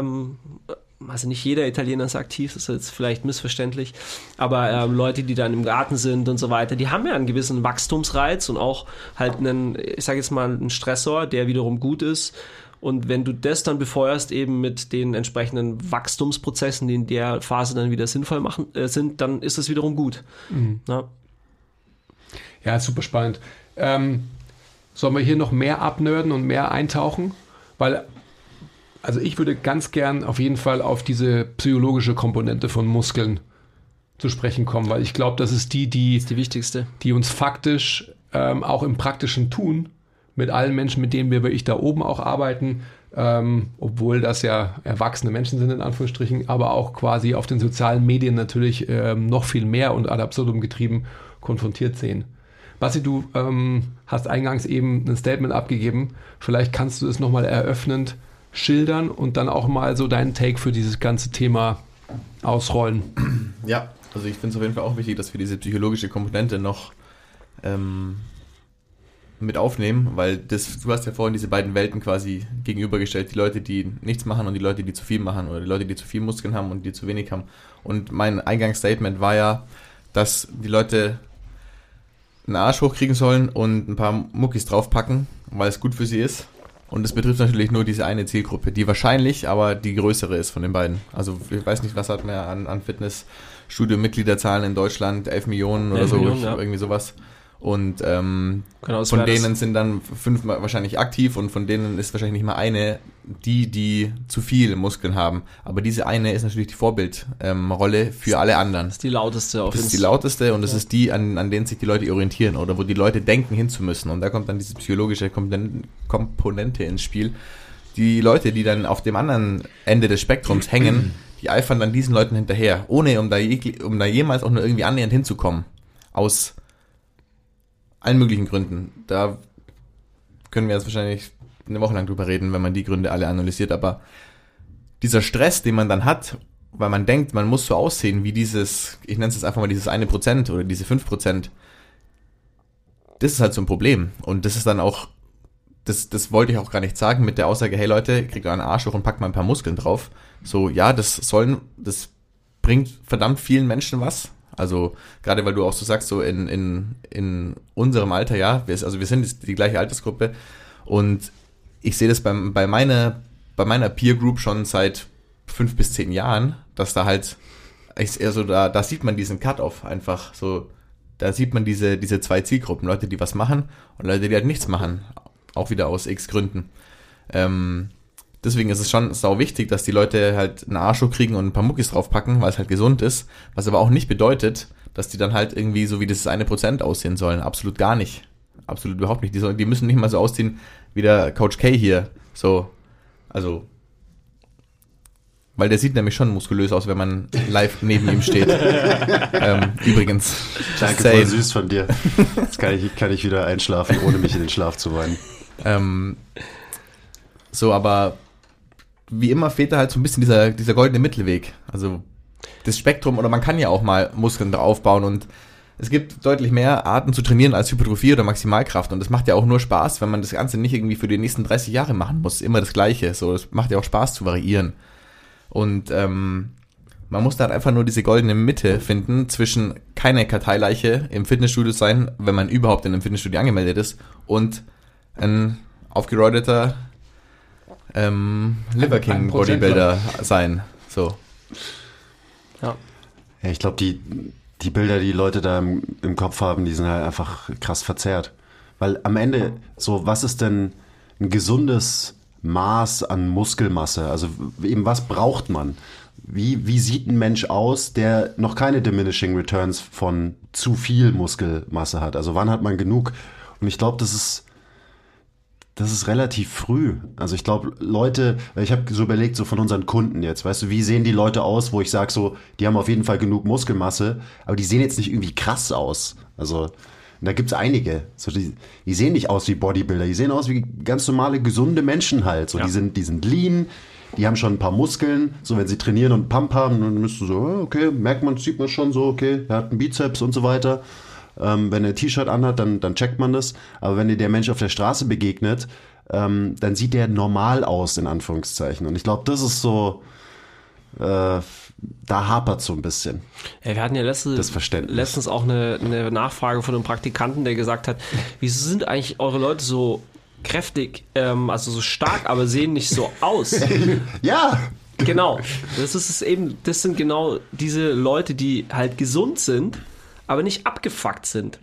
Speaker 2: also nicht jeder Italiener ist aktiv, das ist jetzt vielleicht missverständlich, aber Leute, die dann im Garten sind und so weiter, die haben ja einen gewissen Wachstumsreiz und auch halt ich sage jetzt mal, einen Stressor, der wiederum gut ist. Und wenn du das dann befeuerst eben mit den entsprechenden Wachstumsprozessen, die in der Phase dann wieder sinnvoll sind, dann ist es wiederum gut.
Speaker 3: Ja, super spannend. Sollen wir hier noch mehr abnörden und mehr eintauchen? Weil, also ich würde ganz gern auf jeden Fall auf diese psychologische Komponente von Muskeln zu sprechen kommen, weil ich glaube, das ist die
Speaker 2: wichtigste,
Speaker 3: die uns faktisch auch im praktischen Tun mit allen Menschen, mit denen wir wirklich da oben auch arbeiten, obwohl das ja erwachsene Menschen sind in Anführungsstrichen, aber auch quasi auf den sozialen Medien natürlich noch viel mehr und ad absurdum getrieben konfrontiert sehen. Basti, du hast eingangs eben ein Statement abgegeben. Vielleicht kannst du es nochmal eröffnend schildern und dann auch mal so deinen Take für dieses ganze Thema ausrollen.
Speaker 4: Ja, also ich finde es auf jeden Fall auch wichtig, dass wir diese psychologische Komponente noch mit aufnehmen, weil du hast ja vorhin diese beiden Welten quasi gegenübergestellt, die Leute, die nichts machen und die Leute, die zu viel machen oder die Leute, die zu viel Muskeln haben und die zu wenig haben. Und mein Eingangsstatement war ja, dass die Leute einen Arsch hochkriegen sollen und ein paar Muckis draufpacken, weil es gut für sie ist. Und das betrifft natürlich nur diese eine Zielgruppe, die wahrscheinlich aber die größere ist von den beiden. Also ich weiß nicht, was hat man an Fitnessstudio-Mitgliederzahlen in Deutschland, 11 Millionen oder 11 Millionen, ja. Irgendwie sowas. Und genau, von denen sind dann 5 wahrscheinlich aktiv und von denen ist wahrscheinlich nicht mal eine, die zu viel Muskeln haben. Aber diese eine ist natürlich die Vorbildrolle für alle anderen.
Speaker 2: Das ist die lauteste auf
Speaker 4: Das ist die lauteste und das ist die, an denen sich die Leute orientieren oder wo die Leute denken hinzumüssen. Und da kommt dann diese psychologische Komponente ins Spiel. Die Leute, die dann auf dem anderen Ende des Spektrums hängen, die eifern dann diesen Leuten hinterher, ohne um da jemals auch nur irgendwie annähernd hinzukommen. Aus allen möglichen Gründen. Da können wir jetzt wahrscheinlich eine Woche lang drüber reden, wenn man die Gründe alle analysiert, aber dieser Stress, den man dann hat weil man denkt, man muss so aussehen wie dieses, ich nenne es jetzt einfach mal dieses 1% oder diese 5%. Das ist halt so ein Problem. Und das ist dann auch, das wollte ich auch gar nicht sagen mit der Aussage, hey Leute, kriegt euren Arsch hoch und packt mal ein paar Muskeln drauf. So, ja, das bringt verdammt vielen Menschen was. Also, gerade weil du auch so sagst, so in unserem Alter, ja, wir sind die gleiche Altersgruppe. Und ich sehe das bei meiner Peer Group schon seit 5 bis 10 Jahren, dass da halt, da sieht man diesen Cut-Off einfach so, da sieht man diese 2 Zielgruppen, Leute, die was machen und Leute, die halt nichts machen, auch wieder aus X Gründen. Deswegen ist es schon sau wichtig, dass die Leute halt einen Arsch kriegen und ein paar Muckis draufpacken, weil es halt gesund ist, was aber auch nicht bedeutet, dass die dann halt irgendwie so wie das 1% aussehen sollen. Absolut gar nicht. Absolut überhaupt nicht. Die müssen nicht mal so aussehen wie der Coach K hier. So, also, weil der sieht nämlich schon muskulös aus, wenn man live neben ihm steht. Übrigens.
Speaker 1: Danke, voll süß von dir. Jetzt kann ich wieder einschlafen, ohne mich in den Schlaf zu weinen.
Speaker 4: So, aber wie immer fehlt da halt so ein bisschen dieser goldene Mittelweg. Also das Spektrum, oder man kann ja auch mal Muskeln da aufbauen und es gibt deutlich mehr Arten zu trainieren als Hypertrophie oder Maximalkraft und das macht ja auch nur Spaß, wenn man das Ganze nicht irgendwie für die nächsten 30 Jahre machen muss. Immer das Gleiche. So, das macht ja auch Spaß zu variieren. Und man muss da halt einfach nur diese goldene Mitte finden zwischen keine Karteileiche im Fitnessstudio sein, wenn man überhaupt in einem Fitnessstudio angemeldet ist, und ein aufgeräuterter Liver King Bodybuilder sein. So.
Speaker 2: Ja.
Speaker 1: Ja, ich glaube, die Bilder, die Leute da im Kopf haben, die sind halt einfach krass verzerrt. Weil am Ende, so, was ist denn ein gesundes Maß an Muskelmasse? Also eben, was braucht man? Wie sieht ein Mensch aus, der noch keine Diminishing Returns von zu viel Muskelmasse hat? Also wann hat man genug? Und ich glaube, das ist relativ früh. Also ich glaube, Leute, ich habe so überlegt, so von unseren Kunden jetzt, weißt du, wie sehen die Leute aus, wo ich sage so, die haben auf jeden Fall genug Muskelmasse, aber die sehen jetzt nicht irgendwie krass aus. Also da gibt's einige. So, die sehen nicht aus wie Bodybuilder, die sehen aus wie ganz normale, gesunde Menschen halt. So, ja. Die sind lean, die haben schon ein paar Muskeln. So, wenn sie trainieren und Pump haben, dann müsst du so, okay, sieht man schon so, okay, er hat einen Bizeps und so weiter. Wenn er ein T-Shirt anhat, dann checkt man das. Aber wenn dir der Mensch auf der Straße begegnet, dann sieht der normal aus, in Anführungszeichen. Und ich glaube, das ist so, da hapert so ein bisschen.
Speaker 2: Ja, wir hatten ja letztens auch eine Nachfrage von einem Praktikanten, der gesagt hat, wieso sind eigentlich eure Leute so kräftig, also so stark, aber sehen nicht so aus?
Speaker 1: Ja!
Speaker 2: Genau. Das sind genau diese Leute, die halt gesund sind, aber nicht abgefuckt sind.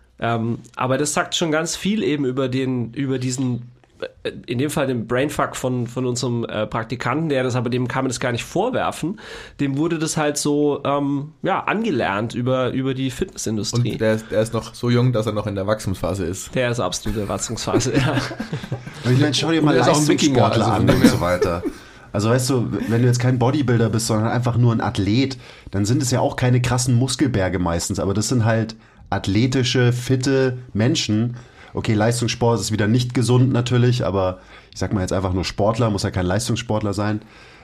Speaker 2: Aber das sagt schon ganz viel eben über diesen, in dem Fall den Brainfuck von unserem Praktikanten, dem kann man das gar nicht vorwerfen. Dem wurde das halt so angelernt über die Fitnessindustrie.
Speaker 4: Und der ist noch so jung, dass er noch in der Wachstumsphase ist.
Speaker 2: Der ist absolut in der Wachstumsphase, ja.
Speaker 1: Und ich meine, schau dir mal Leistungssportler an und so weiter. Also weißt du, wenn du jetzt kein Bodybuilder bist, sondern einfach nur ein Athlet, dann sind es ja auch keine krassen Muskelberge meistens, aber das sind halt athletische, fitte Menschen. Okay, Leistungssport ist wieder nicht gesund natürlich, aber ich sag mal jetzt einfach nur Sportler, muss ja kein Leistungssportler sein.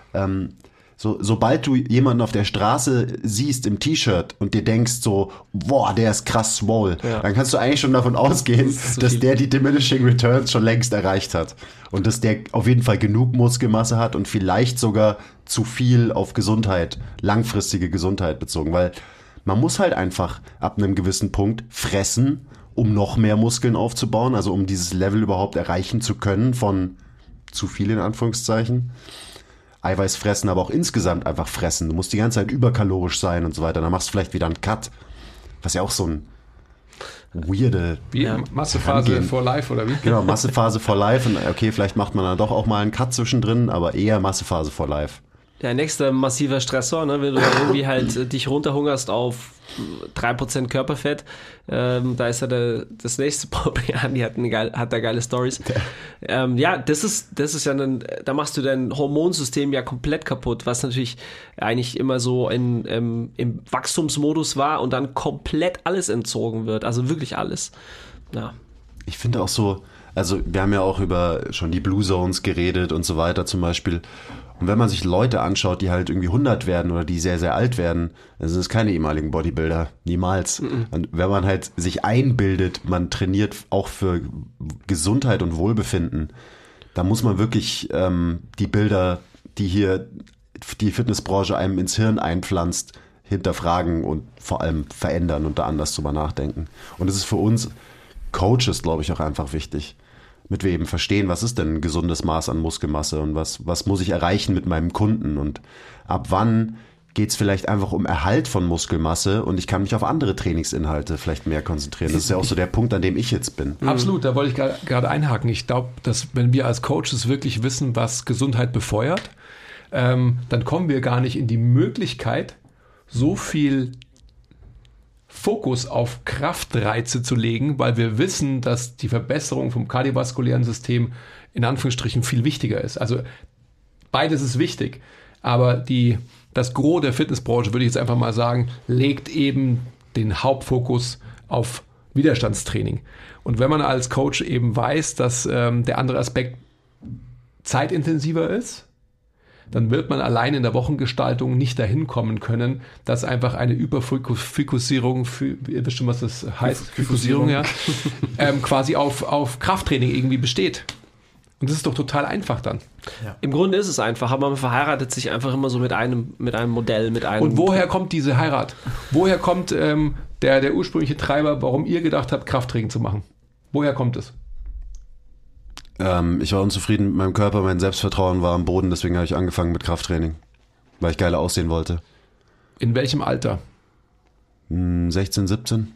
Speaker 1: Sobald du jemanden auf der Straße siehst im T-Shirt und dir denkst so, boah, der ist krass swole, dann kannst du eigentlich schon davon ausgehen, dass der die Diminishing Returns schon längst erreicht hat. Und dass der auf jeden Fall genug Muskelmasse hat und vielleicht sogar zu viel auf Gesundheit, langfristige Gesundheit bezogen. Weil man muss halt einfach ab einem gewissen Punkt fressen, um noch mehr Muskeln aufzubauen, also um dieses Level überhaupt erreichen zu können von zu viel in Anführungszeichen. Eiweiß fressen, aber auch insgesamt einfach fressen. Du musst die ganze Zeit überkalorisch sein und so weiter. Dann machst du vielleicht wieder einen Cut. Was ja auch so ein weirde...
Speaker 3: Massephase for life, oder wie?
Speaker 1: Genau, Massephase for life. Und okay, vielleicht macht man dann doch auch mal einen Cut zwischendrin, aber eher Massephase for life.
Speaker 2: Ja, nächster massiver Stressor, ne? Wenn du irgendwie halt dich runterhungerst auf 3% Körperfett, da ist ja das nächste Problem. Andi hat da geile Stories. Das ist ja dann, da machst du dein Hormonsystem ja komplett kaputt, was natürlich eigentlich immer so im Wachstumsmodus war und dann komplett alles entzogen wird, also wirklich alles. Ja.
Speaker 1: Ich finde auch so, also wir haben ja auch über schon die Blue Zones geredet und so weiter zum Beispiel. Und wenn man sich Leute anschaut, die halt irgendwie 100 werden oder die sehr, sehr alt werden, dann sind es keine ehemaligen Bodybuilder. Niemals. Und wenn man halt sich einbildet, man trainiert auch für Gesundheit und Wohlbefinden, da muss man wirklich die Bilder, die hier die Fitnessbranche einem ins Hirn einpflanzt, hinterfragen und vor allem verändern und da anders drüber nachdenken. Und es ist für uns Coaches, glaube ich, auch einfach wichtig, damit wir eben verstehen, was ist denn ein gesundes Maß an Muskelmasse und was muss ich erreichen mit meinem Kunden und ab wann geht es vielleicht einfach um Erhalt von Muskelmasse und ich kann mich auf andere Trainingsinhalte vielleicht mehr konzentrieren. Das ist ja auch so der Punkt, an dem ich jetzt bin.
Speaker 3: Absolut, da wollte ich gerade einhaken. Ich glaube, dass wenn wir als Coaches wirklich wissen, was Gesundheit befeuert, dann kommen wir gar nicht in die Möglichkeit, so viel Fokus auf Kraftreize zu legen, weil wir wissen, dass die Verbesserung vom kardiovaskulären System in Anführungsstrichen viel wichtiger ist. Also beides ist wichtig, aber das Gros der Fitnessbranche, würde ich jetzt einfach mal sagen, legt eben den Hauptfokus auf Widerstandstraining. Und wenn man als Coach eben weiß, dass der andere Aspekt zeitintensiver ist, dann wird man allein in der Wochengestaltung nicht dahin kommen können, dass einfach eine Überfokussierung, ihr wisst schon, was das heißt, Fokussierung, ja, quasi auf Krafttraining irgendwie besteht. Und das ist doch total einfach dann.
Speaker 2: Ja. Im Grunde ist es einfach, aber man verheiratet sich einfach immer so mit einem Modell, mit einem...
Speaker 3: Und woher kommt diese Heirat? Woher kommt der ursprüngliche Treiber, warum ihr gedacht habt, Krafttraining zu machen? Woher kommt es?
Speaker 1: Ich war unzufrieden mit meinem Körper, mein Selbstvertrauen war am Boden, deswegen habe ich angefangen mit Krafttraining, weil ich geiler aussehen wollte.
Speaker 3: In welchem Alter?
Speaker 1: 16, 17.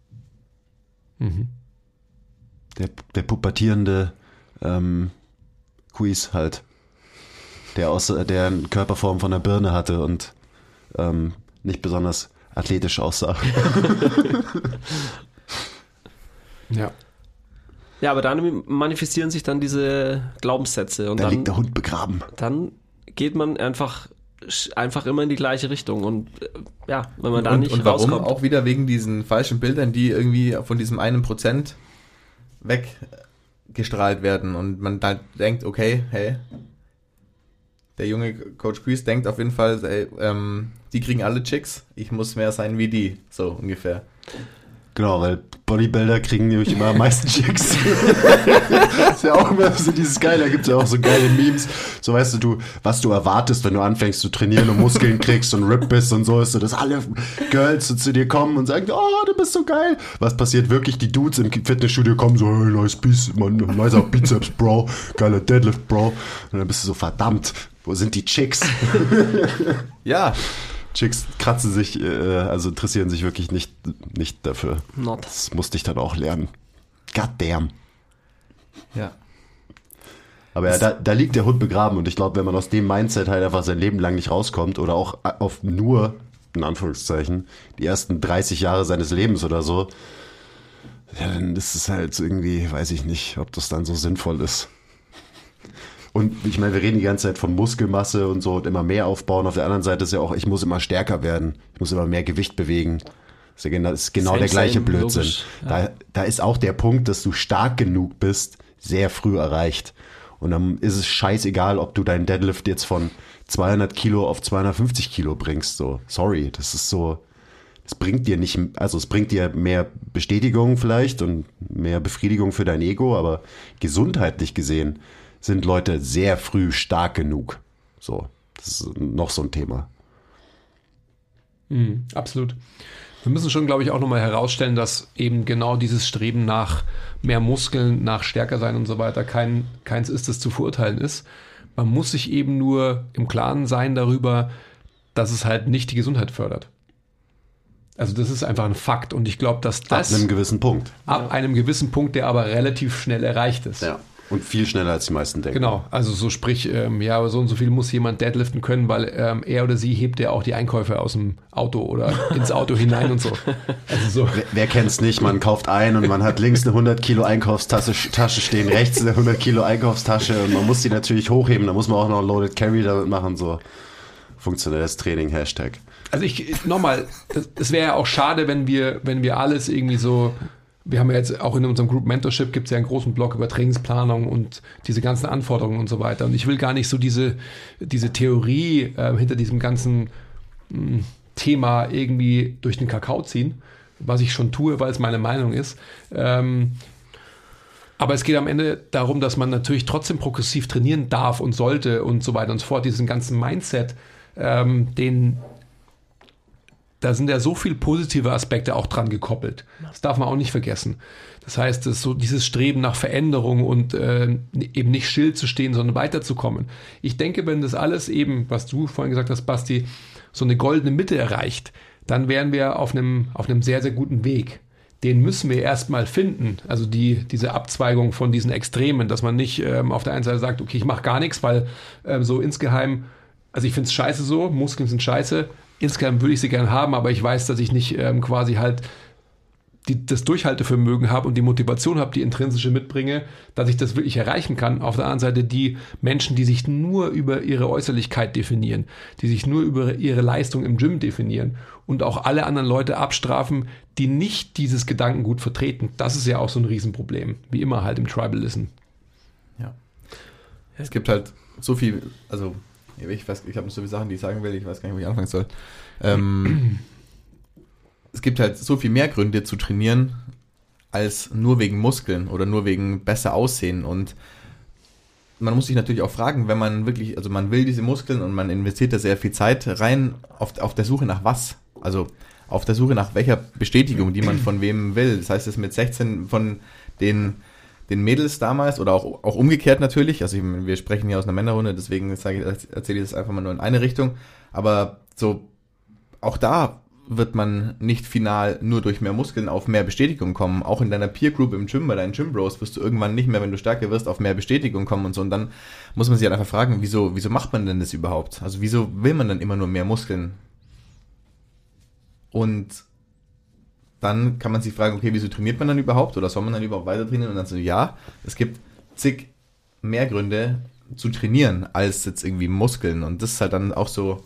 Speaker 1: Der pubertierende Quiz halt, der eine Körperform von der Birne hatte und nicht besonders athletisch aussah.
Speaker 3: Ja.
Speaker 2: Ja, aber dann manifestieren sich dann diese Glaubenssätze. Und
Speaker 1: da
Speaker 2: dann
Speaker 1: liegt der Hund begraben.
Speaker 2: Dann geht man einfach immer in die gleiche Richtung. Und ja, wenn man da nicht
Speaker 4: und warum?
Speaker 2: rauskommt.
Speaker 4: Auch wieder wegen diesen falschen Bildern, die irgendwie von diesem 1% weggestrahlt werden. Und man dann denkt, okay, hey, der junge Coach Chris denkt auf jeden Fall, ey, die kriegen alle Chicks, ich muss mehr sein wie die. So ungefähr.
Speaker 1: Genau, weil Bodybuilder kriegen nämlich immer am meisten Chicks. Ist ja auch immer so dieses Geile, da gibt es ja auch so geile Memes. So weißt du, was du erwartest, wenn du anfängst zu trainieren und Muskeln kriegst und RIP bist und so, ist so, dass alle Girls so zu dir kommen und sagen, oh, du bist so geil. Was passiert wirklich? Die Dudes im Fitnessstudio kommen so, hey, nice Bizeps, man, nicer Bizeps, Bro, geiler Deadlift, Bro. Und dann bist du so, verdammt, wo sind die Chicks?
Speaker 4: Ja.
Speaker 1: Chicks kratzen sich, also interessieren sich wirklich nicht dafür.
Speaker 2: Not.
Speaker 1: Das musste ich dann auch lernen. God damn.
Speaker 4: Ja.
Speaker 1: Aber ja, da liegt der Hund begraben und ich glaube, wenn man aus dem Mindset halt einfach sein Leben lang nicht rauskommt oder auch auf nur, in Anführungszeichen, die ersten 30 Jahre seines Lebens oder so, ja, dann ist es halt irgendwie, weiß ich nicht, ob das dann so sinnvoll ist. Und ich meine, wir reden die ganze Zeit von Muskelmasse und so und immer mehr aufbauen. Auf der anderen Seite ist ja auch, ich muss immer stärker werden. Ich muss immer mehr Gewicht bewegen. Das ist genau der gleiche Blödsinn.
Speaker 2: Logisch, ja.
Speaker 1: Da ist auch der Punkt, dass du stark genug bist, sehr früh erreicht. Und dann ist es scheißegal, ob du deinen Deadlift jetzt von 200 Kilo auf 250 Kilo bringst. So, sorry, das ist so, es bringt dir nicht, also es bringt dir mehr Bestätigung vielleicht und mehr Befriedigung für dein Ego, aber gesundheitlich gesehen sind Leute sehr früh stark genug. So, das ist noch so ein Thema.
Speaker 3: Absolut. Wir müssen schon, glaube ich, auch nochmal herausstellen, dass eben genau dieses Streben nach mehr Muskeln, nach stärker sein und so weiter keins ist, das zu verurteilen ist. Man muss sich eben nur im Klaren sein darüber, dass es halt nicht die Gesundheit fördert. Also das ist einfach ein Fakt und ich glaube, dass das...
Speaker 1: Ab einem gewissen Punkt.
Speaker 3: Ab einem gewissen Punkt, der aber relativ schnell erreicht ist.
Speaker 1: Ja. Und viel schneller als die meisten denken.
Speaker 3: Genau, also so sprich, ja, so und so viel muss jemand deadliften können, weil er oder sie hebt ja auch die Einkäufe aus dem Auto oder ins Auto hinein und so. Also so.
Speaker 1: Wer kennt's nicht? Man kauft ein und man hat links eine 100 Kilo Einkaufstasche stehen, rechts eine 100 Kilo Einkaufstasche und man muss die natürlich hochheben, da muss man auch noch Loaded Carry damit machen, so funktionelles Training, Hashtag.
Speaker 3: Also nochmal, es wäre ja auch schade, wenn wir alles irgendwie so wir haben ja jetzt auch in unserem Group Mentorship gibt es ja einen großen Blog über Trainingsplanung und diese ganzen Anforderungen und so weiter. Und ich will gar nicht so diese Theorie hinter diesem ganzen Thema irgendwie durch den Kakao ziehen, was ich schon tue, weil es meine Meinung ist. Aber es geht am Ende darum, dass man natürlich trotzdem progressiv trainieren darf und sollte und so weiter und so fort. Diesen ganzen Mindset, da sind ja so viele positive Aspekte auch dran gekoppelt. Das darf man auch nicht vergessen. Das heißt, das ist so dieses Streben nach Veränderung und eben nicht still zu stehen, sondern weiterzukommen. Ich denke, wenn das alles eben, was du vorhin gesagt hast, Basti, so eine goldene Mitte erreicht, dann wären wir auf einem sehr, sehr guten Weg. Den müssen wir erstmal finden. Also diese Abzweigung von diesen Extremen, dass man nicht auf der einen Seite sagt, okay, ich mache gar nichts, weil so insgeheim, also ich finde es scheiße so, Muskeln sind scheiße, insgeheim würde ich sie gerne haben, aber ich weiß, dass ich nicht quasi halt das Durchhaltevermögen habe und die Motivation habe, die intrinsische mitbringe, dass ich das wirklich erreichen kann. Auf der anderen Seite die Menschen, die sich nur über ihre Äußerlichkeit definieren, die sich nur über ihre Leistung im Gym definieren und auch alle anderen Leute abstrafen, die nicht dieses Gedankengut vertreten. Das ist ja auch so ein Riesenproblem, wie immer halt im Tribalism.
Speaker 4: Ja. Es gibt halt so viel, also ich habe noch so viele Sachen, die ich sagen will, ich weiß gar nicht, wo ich anfangen soll. Es gibt halt so viel mehr Gründe zu trainieren, als nur wegen Muskeln oder nur wegen besser aussehen. Und man muss sich natürlich auch fragen, wenn man wirklich, also man will diese Muskeln und man investiert da sehr viel Zeit rein, auf der Suche nach was? Also auf der Suche nach welcher Bestätigung, die man von wem will. Das heißt, es mit 16 von den Mädels damals oder auch umgekehrt natürlich, also wir sprechen hier aus einer Männerrunde, deswegen erzähle ich das einfach mal nur in eine Richtung, aber so auch da wird man nicht final nur durch mehr Muskeln auf mehr Bestätigung kommen. Auch in deiner Peer Group im Gym, bei deinen Gym Bros, wirst du irgendwann nicht mehr, wenn du stärker wirst, auf mehr Bestätigung kommen und so. Und dann muss man sich halt einfach fragen, wieso macht man denn das überhaupt? Also wieso will man dann immer nur mehr Muskeln? Und dann kann man sich fragen, okay, wieso trainiert man dann überhaupt? Oder soll man dann überhaupt weiter trainieren? Und dann so, ja, es gibt zig mehr Gründe zu trainieren, als jetzt irgendwie Muskeln. Und das ist halt dann auch so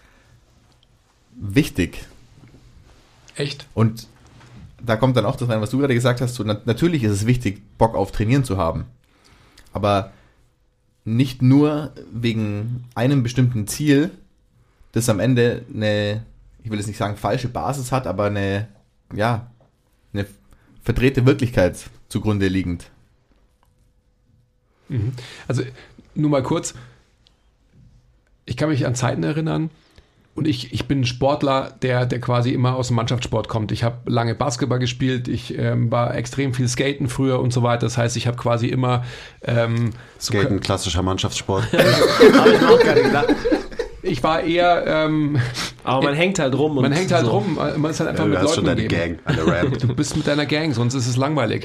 Speaker 4: wichtig.
Speaker 3: Echt?
Speaker 4: Und da kommt dann auch das rein, was du gerade gesagt hast. So, natürlich ist es wichtig, Bock auf Trainieren zu haben. Aber nicht nur wegen einem bestimmten Ziel, das am Ende eine, ich will jetzt nicht sagen falsche Basis hat, aber eine verdrehte Wirklichkeit zugrunde liegend.
Speaker 3: Also nur mal kurz, ich kann mich an Zeiten erinnern, und ich bin ein Sportler, der quasi immer aus dem Mannschaftssport kommt. Ich habe lange Basketball gespielt, ich war extrem viel Skaten früher und so weiter. Das heißt, ich habe quasi immer
Speaker 1: Skaten, klassischer Mannschaftssport.
Speaker 2: Aber ich auch gerade gedacht.
Speaker 3: Ich war eher...
Speaker 2: aber man hängt halt rum.
Speaker 3: Man hängt halt rum. Man ist halt einfach
Speaker 1: Du
Speaker 3: mit
Speaker 1: hast
Speaker 3: Leuten
Speaker 1: schon deine
Speaker 3: umgeben.
Speaker 1: Gang an der Ramp.
Speaker 3: Du bist mit deiner Gang, sonst ist es langweilig.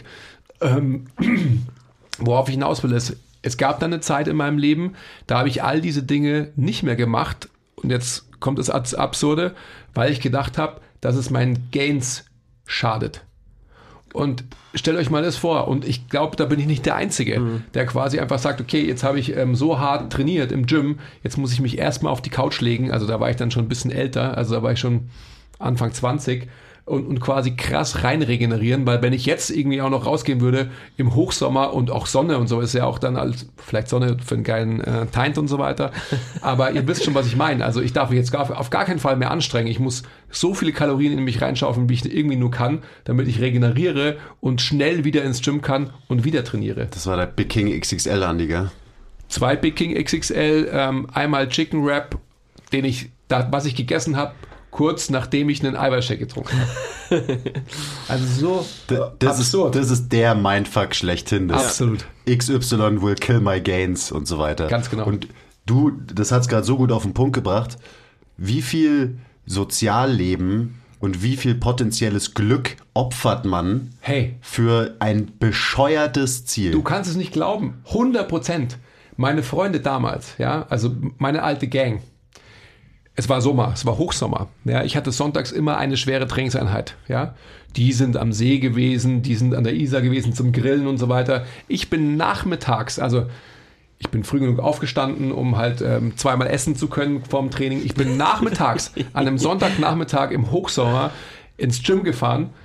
Speaker 3: Worauf ich hinaus will, ist, es gab dann eine Zeit in meinem Leben, da habe ich all diese Dinge nicht mehr gemacht. Und jetzt kommt es als Absurde, weil ich gedacht habe, dass es meinen Gains schadet. Und stellt euch mal das vor, und ich glaube, da bin ich nicht der Einzige, der quasi einfach sagt, okay, jetzt habe ich so hart trainiert im Gym, jetzt muss ich mich erstmal auf die Couch legen, also da war ich dann schon ein bisschen älter, also da war ich schon Anfang 20 und quasi krass rein regenerieren, weil wenn ich jetzt irgendwie auch noch rausgehen würde im Hochsommer und auch Sonne und so, ist ja auch dann als vielleicht Sonne für einen geilen Teint und so weiter, aber ihr wisst schon, was ich meine, also ich darf mich jetzt auf gar keinen Fall mehr anstrengen, ich muss so viele Kalorien in mich reinschaufeln, wie ich irgendwie nur kann, damit ich regeneriere und schnell wieder ins Gym kann und wieder trainiere.
Speaker 1: Das war der Big King XXL, Andi, gell?
Speaker 3: 2 Big King XXL, einmal Chicken Wrap, was ich gegessen habe, kurz nachdem ich einen Eiweißshake getrunken habe. Also so absurd.
Speaker 1: Das ist der Mindfuck schlechthin.
Speaker 3: Absolut.
Speaker 1: XY will kill my gains und so weiter.
Speaker 3: Ganz genau.
Speaker 1: Und das hat es gerade so gut auf den Punkt gebracht, wie viel Sozialleben und wie viel potenzielles Glück opfert man für ein bescheuertes Ziel.
Speaker 3: Du kannst es nicht glauben. 100%. Meine Freunde damals, ja, also meine alte Gang, es war Sommer, es war Hochsommer. Ja, ich hatte sonntags immer eine schwere Trainingseinheit. Ja, die sind am See gewesen, die sind an der Isar gewesen zum Grillen und so weiter. Ich bin nachmittags, also ich bin früh genug aufgestanden, um halt zweimal essen zu können vorm Training. Ich bin nachmittags, an einem Sonntagnachmittag im Hochsommer ins Gym gefahren.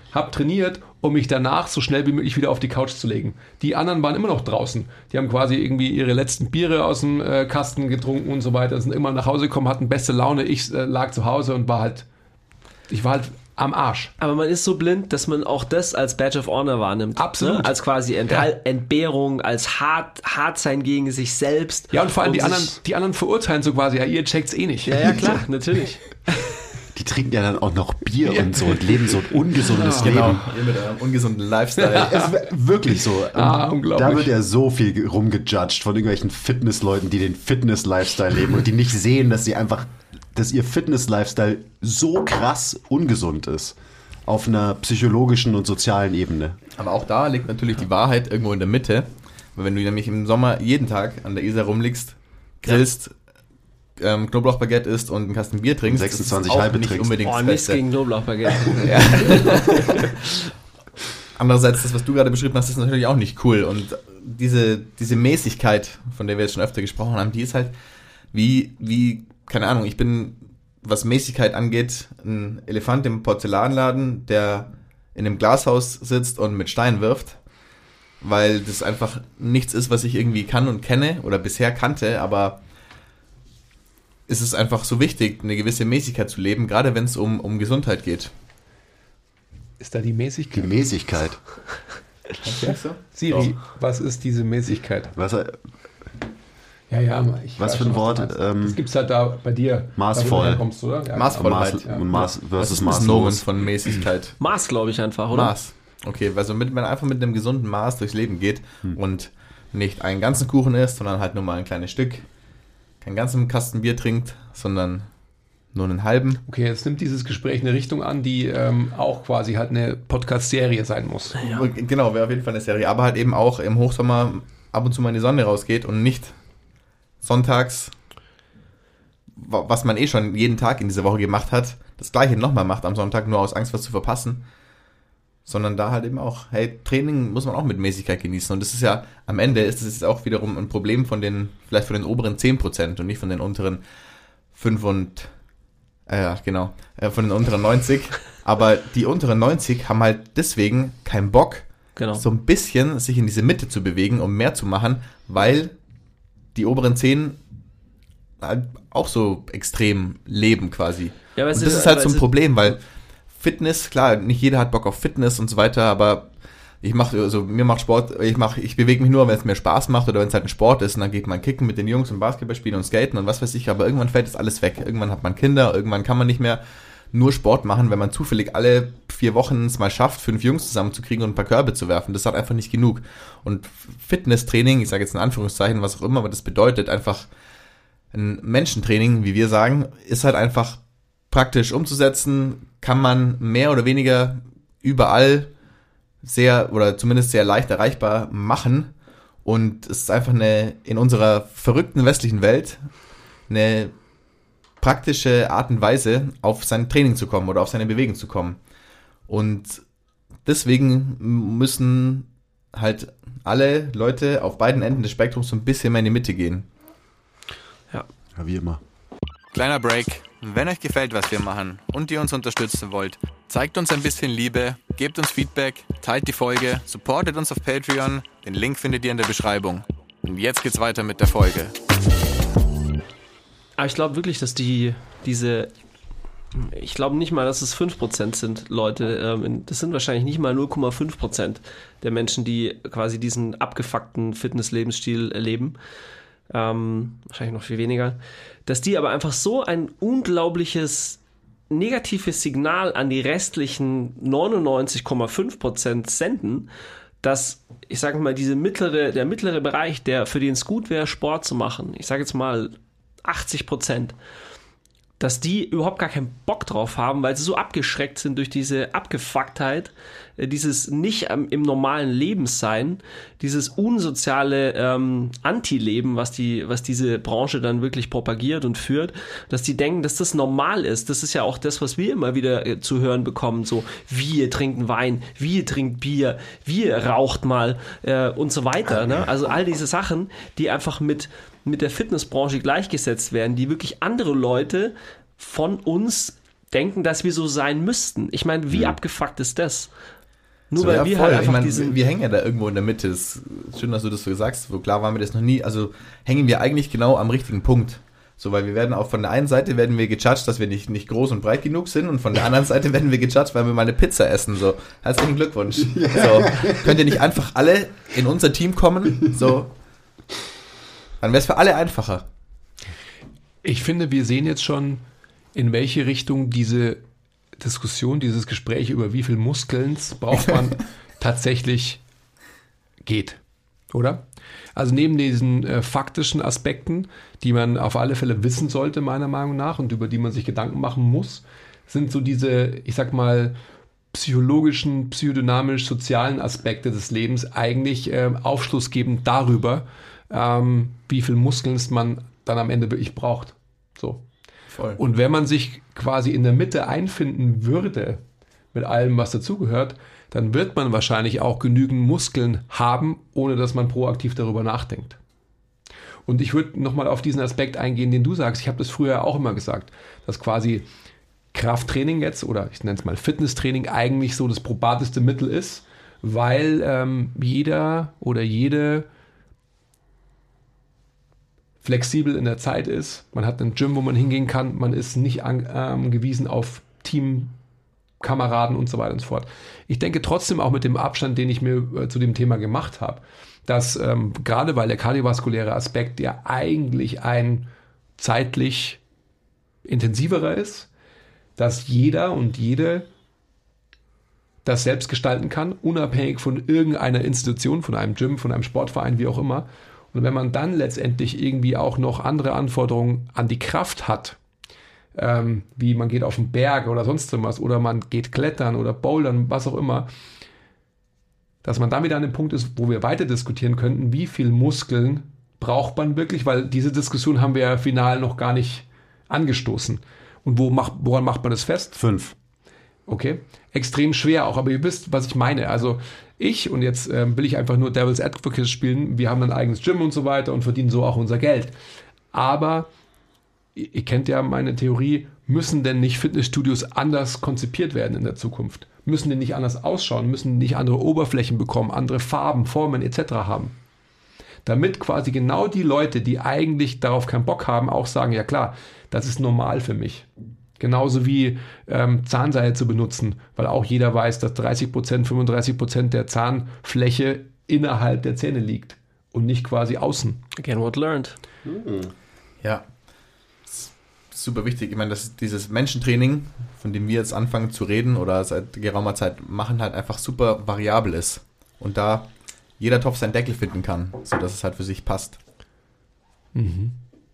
Speaker 3: habe trainiert, um mich danach so schnell wie möglich wieder auf die Couch zu legen. Die anderen waren immer noch draußen. Die haben quasi irgendwie ihre letzten Biere aus dem Kasten getrunken und so weiter, sind immer nach Hause gekommen, hatten beste Laune. Ich lag zu Hause und war halt am Arsch.
Speaker 2: Aber man ist so blind, dass man auch das als Badge of Honor wahrnimmt.
Speaker 3: Absolut.
Speaker 2: Ne? Als quasi Entbehrung, als hart sein gegen sich selbst.
Speaker 3: Ja, und vor allem die anderen verurteilen so quasi, ja, ihr checkt's eh nicht.
Speaker 2: Ja, klar, natürlich.
Speaker 1: Die trinken ja dann auch noch Bier und so und leben so ein ungesundes Leben.
Speaker 4: Genau, ihr mit eurem ungesunden Lifestyle.
Speaker 1: Es ist wirklich so.
Speaker 3: Unglaublich.
Speaker 1: Da wird ja so viel rumgejudged von irgendwelchen Fitnessleuten, die den Fitness-Lifestyle leben und die nicht sehen, dass ihr Fitness-Lifestyle so krass ungesund ist. Auf einer psychologischen und sozialen Ebene.
Speaker 4: Aber auch da liegt natürlich die Wahrheit irgendwo in der Mitte. Weil wenn du nämlich im Sommer jeden Tag an der Isar rumliegst, grillst, Knoblauchbaguette isst und einen Kasten Bier trinkst,
Speaker 1: 26
Speaker 4: ist auch
Speaker 1: halbe
Speaker 4: nicht
Speaker 1: trinkst.
Speaker 4: unbedingt das
Speaker 2: nichts
Speaker 4: Beste.
Speaker 2: gegen Knoblauchbaguette.
Speaker 4: Andererseits, das, was du gerade beschrieben hast, ist natürlich auch nicht cool. Und diese Mäßigkeit, von der wir jetzt schon öfter gesprochen haben, die ist halt wie keine Ahnung, ich bin, was Mäßigkeit angeht, ein Elefant im Porzellanladen, der in einem Glashaus sitzt und mit Steinen wirft, weil das einfach nichts ist, was ich irgendwie kann und kenne oder bisher kannte, aber es ist einfach so wichtig, eine gewisse Mäßigkeit zu leben, gerade wenn es um Gesundheit geht.
Speaker 3: Ist da die Mäßigkeit?
Speaker 1: Die Mäßigkeit.
Speaker 3: Siri, was ist diese Mäßigkeit?
Speaker 1: Was
Speaker 3: Was
Speaker 1: für ein Wort?
Speaker 3: Das gibt's halt da bei dir.
Speaker 1: Maßvoll.
Speaker 3: Da, wo du herkommst, oder? Ja.
Speaker 4: Maßvollheit.
Speaker 1: Und Maß versus
Speaker 4: Das ist ein Nomen
Speaker 1: maßlos.
Speaker 4: von Mäßigkeit.
Speaker 2: Maß, glaube ich, einfach, oder?
Speaker 4: Maß. Okay, also wenn man einfach mit einem gesunden Maß durchs Leben geht und nicht einen ganzen Kuchen isst, sondern halt nur mal ein kleines Stück, keinen ganzen Kasten Bier trinkt, sondern nur einen halben.
Speaker 3: Okay, jetzt nimmt dieses Gespräch eine Richtung an, die auch quasi halt eine Podcast-Serie sein muss.
Speaker 2: Ja.
Speaker 4: Genau, wäre auf jeden Fall eine Serie, aber halt eben auch im Hochsommer ab und zu mal in die Sonne rausgeht und nicht sonntags, was man eh schon jeden Tag in dieser Woche gemacht hat, das gleiche nochmal macht am Sonntag, nur aus Angst, was zu verpassen, sondern da halt eben auch, hey, Training muss man auch mit Mäßigkeit genießen und das ist ja, am Ende ist es auch wiederum ein Problem von den oberen 10% und nicht von den unteren 5 und, von den unteren 90, aber die unteren 90 haben halt deswegen keinen Bock,
Speaker 2: Genau.
Speaker 4: so ein bisschen sich in diese Mitte zu bewegen, um mehr zu machen, weil die oberen 10 halt auch so extrem leben quasi.
Speaker 2: Ja, aber
Speaker 4: und das ist halt so ein Problem, weil Fitness, klar, nicht jeder hat Bock auf Fitness und so weiter, aber mir macht Sport, ich bewege mich nur, wenn es mir Spaß macht oder wenn es halt ein Sport ist und dann geht man kicken mit den Jungs und Basketball spielen und skaten und was weiß ich, aber irgendwann fällt das alles weg. Irgendwann hat man Kinder, irgendwann kann man nicht mehr nur Sport machen, wenn man zufällig alle 4 Wochen es mal schafft, 5 Jungs zusammenzukriegen und ein paar Körbe zu werfen. Das hat einfach nicht genug. Und Fitnesstraining, ich sage jetzt in Anführungszeichen, was auch immer, aber das bedeutet einfach ein Menschentraining, wie wir sagen, ist halt einfach praktisch umzusetzen, kann man mehr oder weniger überall sehr oder zumindest sehr leicht erreichbar machen. Und es ist einfach in unserer verrückten westlichen Welt eine praktische Art und Weise, auf sein Training zu kommen oder auf seine Bewegung zu kommen. Und deswegen müssen halt alle Leute auf beiden Enden des Spektrums so ein bisschen mehr in die Mitte gehen.
Speaker 1: Ja, wie immer.
Speaker 5: Kleiner Break. Wenn euch gefällt, was wir machen und ihr uns unterstützen wollt, zeigt uns ein bisschen Liebe, gebt uns Feedback, teilt die Folge, supportet uns auf Patreon. Den Link findet ihr in der Beschreibung. Und jetzt geht's weiter mit der Folge.
Speaker 2: Aber ich glaube wirklich, dass ich glaube nicht mal, dass es 5% sind, Leute. Das sind wahrscheinlich nicht mal 0,5% der Menschen, die quasi diesen abgefuckten Fitness-Lebensstil leben. Wahrscheinlich noch viel weniger. Dass die aber einfach so ein unglaubliches negatives Signal an die restlichen 99,5% senden, dass, ich sage mal, der mittlere Bereich, für den es gut wäre, Sport zu machen, ich sage jetzt mal 80%, dass die überhaupt gar keinen Bock drauf haben, weil sie so abgeschreckt sind durch diese Abgefucktheit, dieses nicht im normalen Lebenssein, dieses unsoziale Anti-Leben, was diese Branche dann wirklich propagiert und führt, dass die denken, dass das normal ist. Das ist ja auch das, was wir immer wieder zu hören bekommen, so, wir trinken Wein, wir trinken Bier, wir raucht mal und so weiter. Ne? Also all diese Sachen, die einfach mit der Fitnessbranche gleichgesetzt werden, die wirklich andere Leute von uns denken, dass wir so sein müssten. Ich meine, wie abgefuckt ist das? Nur
Speaker 4: So,
Speaker 2: weil
Speaker 4: ja,
Speaker 2: wir
Speaker 4: voll.
Speaker 2: halt
Speaker 4: Ich
Speaker 2: einfach
Speaker 4: meine, wir hängen ja da irgendwo in der Mitte. Es ist schön, dass du das so sagst. So klar waren wir das noch nie. Also hängen wir eigentlich genau am richtigen Punkt. So, weil wir werden auch von der einen Seite werden wir gejudged, dass wir nicht groß und breit genug sind, und von der anderen Seite werden wir gejudged, weil wir mal eine Pizza essen. So, herzlichen Glückwunsch. So, könnt ihr nicht einfach alle in unser Team kommen? So, dann wäre es für alle einfacher.
Speaker 3: Ich finde, wir sehen jetzt schon, in welche Richtung diese Diskussion, dieses Gespräch über wie viel Muskeln braucht man tatsächlich geht, oder? Also neben diesen faktischen Aspekten, die man auf alle Fälle wissen sollte, meiner Meinung nach, und über die man sich Gedanken machen muss, sind so diese, ich sag mal, psychologischen, psychodynamisch, sozialen Aspekte des Lebens eigentlich aufschlussgebend darüber, wie viel Muskeln man dann am Ende wirklich braucht. So.
Speaker 4: Voll.
Speaker 3: Und wenn man sich quasi in der Mitte einfinden würde, mit allem, was dazugehört, dann wird man wahrscheinlich auch genügend Muskeln haben, ohne dass man proaktiv darüber nachdenkt. Und ich würde nochmal auf diesen Aspekt eingehen, den du sagst. Ich habe das früher auch immer gesagt, dass quasi Krafttraining jetzt, oder ich nenne es mal Fitnesstraining, eigentlich so das probateste Mittel ist, weil jeder oder jede flexibel in der Zeit ist. Man hat ein Gym, wo man hingehen kann. Man ist nicht angewiesen auf Teamkameraden und so weiter und so fort. Ich denke trotzdem auch mit dem Abstand, den ich mir zu dem Thema gemacht habe, dass gerade weil der kardiovaskuläre Aspekt ja eigentlich ein zeitlich intensiverer ist, dass jeder und jede das selbst gestalten kann, unabhängig von irgendeiner Institution, von einem Gym, von einem Sportverein, wie auch immer. Und wenn man dann letztendlich irgendwie auch noch andere Anforderungen an die Kraft hat, wie man geht auf den Berg oder sonst was, oder man geht klettern oder bouldern, was auch immer, dass man dann wieder an dem Punkt ist, wo wir weiter diskutieren könnten, wie viel Muskeln braucht man wirklich, weil diese Diskussion haben wir ja final noch gar nicht angestoßen. Und woran macht man das fest?
Speaker 1: 5.
Speaker 3: Okay, extrem schwer auch, aber ihr wisst, was ich meine. Also und jetzt will ich einfach nur Devil's Advocate spielen, wir haben ein eigenes Gym und so weiter und verdienen so auch unser Geld. Aber ihr kennt ja meine Theorie, müssen denn nicht Fitnessstudios anders konzipiert werden in der Zukunft? Müssen die nicht anders ausschauen? Müssen die nicht andere Oberflächen bekommen, andere Farben, Formen etc. haben? Damit quasi genau die Leute, die eigentlich darauf keinen Bock haben, auch sagen, ja klar, das ist normal für mich. Genauso wie Zahnseide zu benutzen, weil auch jeder weiß, dass 30%, 35% der Zahnfläche innerhalb der Zähne liegt und nicht quasi außen.
Speaker 2: Again, what learned.
Speaker 4: Ja, super wichtig. Ich meine, dass dieses Menschentraining, von dem wir jetzt anfangen zu reden oder seit geraumer Zeit machen, halt einfach super variabel ist. Und da jeder Topf seinen Deckel finden kann, sodass es halt für sich passt.
Speaker 3: Mhm.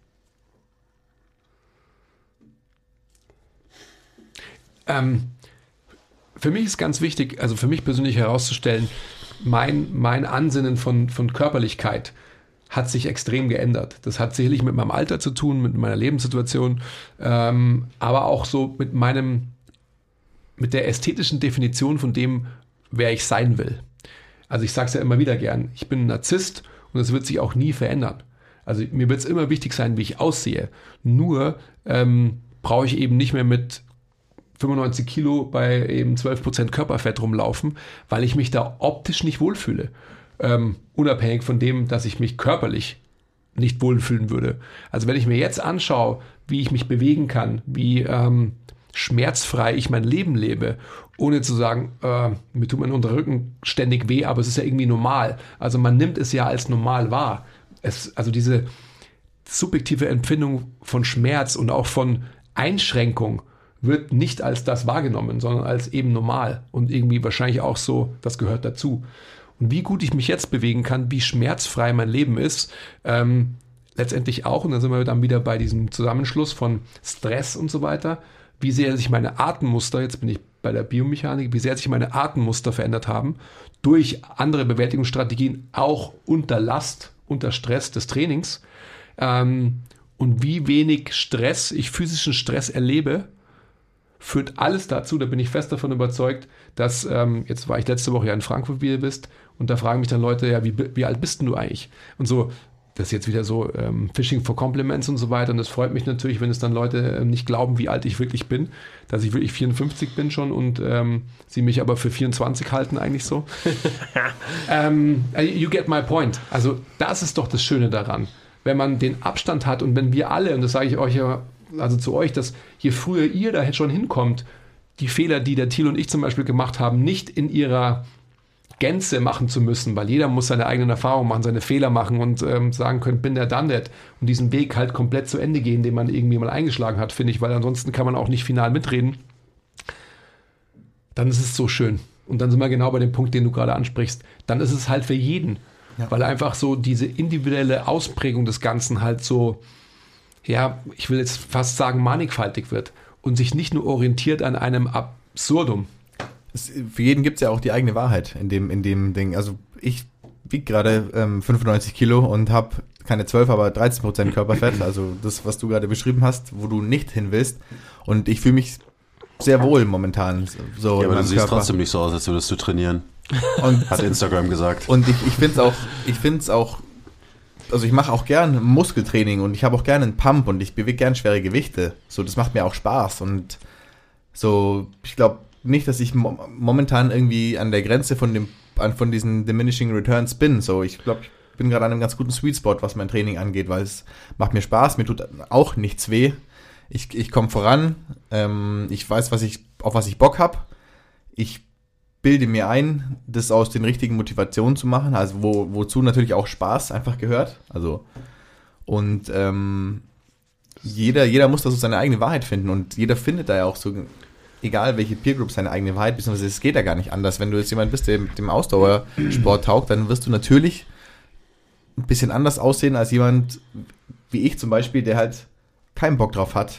Speaker 3: Für mich ist ganz wichtig, also für mich persönlich herauszustellen, mein Ansinnen von Körperlichkeit hat sich extrem geändert. Das hat sicherlich mit meinem Alter zu tun, mit meiner Lebenssituation, aber auch so mit der ästhetischen Definition von dem, wer ich sein will. Also ich sage es ja immer wieder gern, ich bin ein Narzisst und das wird sich auch nie verändern. Also mir wird es immer wichtig sein, wie ich aussehe. Nur brauche ich eben nicht mehr mit 95 Kilo bei eben 12% Körperfett rumlaufen, weil ich mich da optisch nicht wohlfühle. Unabhängig von dem, dass ich mich körperlich nicht wohlfühlen würde. Also wenn ich mir jetzt anschaue, wie ich mich bewegen kann, wie schmerzfrei ich mein Leben lebe, ohne zu sagen, mir tut mein Unterrücken ständig weh, aber es ist ja irgendwie normal. Also man nimmt es ja als normal wahr. Also diese subjektive Empfindung von Schmerz und auch von Einschränkung wird nicht als das wahrgenommen, sondern als eben normal und irgendwie wahrscheinlich auch so, das gehört dazu. Und wie gut ich mich jetzt bewegen kann, wie schmerzfrei mein Leben ist, letztendlich auch, und dann sind wir dann wieder bei diesem Zusammenschluss von Stress und so weiter, wie sehr sich meine Atemmuster, jetzt bin ich bei der Biomechanik, wie sehr sich meine Atemmuster verändert haben, durch andere Bewältigungsstrategien, auch unter Last, unter Stress des Trainings, und wie wenig Stress, ich physischen Stress erlebe, führt alles dazu, da bin ich fest davon überzeugt, dass, jetzt war ich letzte Woche ja in Frankfurt, wie ihr wisst, und da fragen mich dann Leute, ja, wie alt bist denn du eigentlich? Und so, das ist jetzt wieder so Fishing for Compliments und so weiter. Und das freut mich natürlich, wenn es dann Leute nicht glauben, wie alt ich wirklich bin, dass ich wirklich 54 bin schon und sie mich aber für 24 halten eigentlich so. You get my point. Also das ist doch das Schöne daran. Wenn man den Abstand hat und wenn wir alle, und das sage ich euch ja, also zu euch, dass je früher ihr da schon hinkommt, die Fehler, die der Thiel und ich zum Beispiel gemacht haben, nicht in ihrer Gänze machen zu müssen, weil jeder muss seine eigenen Erfahrungen machen, seine Fehler machen und sagen können, bin der done that und diesen Weg halt komplett zu Ende gehen, den man irgendwie mal eingeschlagen hat, finde ich, weil ansonsten kann man auch nicht final mitreden. Dann ist es so schön. Und dann sind wir genau bei dem Punkt, den du gerade ansprichst. Dann ist es halt für jeden, weil einfach so diese individuelle Ausprägung des Ganzen halt so, ja, ich will jetzt fast sagen, mannigfaltig wird und sich nicht nur orientiert an einem Absurdum.
Speaker 4: Für jeden gibt es ja auch die eigene Wahrheit in dem Ding. Also ich wiege gerade 95 Kilo und habe keine 12, aber 13% Körperfett. Also das, was du gerade beschrieben hast, wo du nicht hin willst. Und ich fühle mich sehr wohl momentan. So
Speaker 1: ja, aber du siehst
Speaker 4: Körper.
Speaker 1: trotzdem nicht so aus, als würdest du trainieren.
Speaker 4: Und,
Speaker 1: hat Instagram gesagt.
Speaker 4: Und ich finde es auch, also ich mache auch gern Muskeltraining und ich habe auch gerne einen Pump und ich bewege gern schwere Gewichte. So, das macht mir auch Spaß. Und so, ich glaube nicht, dass ich momentan irgendwie an der Grenze von diesen Diminishing Returns bin. So, ich glaube, ich bin gerade an einem ganz guten Sweet Spot, was mein Training angeht, weil es macht mir Spaß, mir tut auch nichts weh. Ich komme voran, ich weiß, auf was ich Bock habe. Ich bilde mir ein, das aus den richtigen Motivationen zu machen, also wozu natürlich auch Spaß einfach gehört. Also und jeder muss da so seine eigene Wahrheit finden und jeder findet da ja auch so, egal welche Peergroup, seine eigene Wahrheit, beziehungsweise es geht ja gar nicht anders. Wenn du jetzt jemand bist, der mit dem Ausdauersport taugt, dann wirst du natürlich ein bisschen anders aussehen als jemand wie ich zum Beispiel, der halt keinen Bock drauf hat,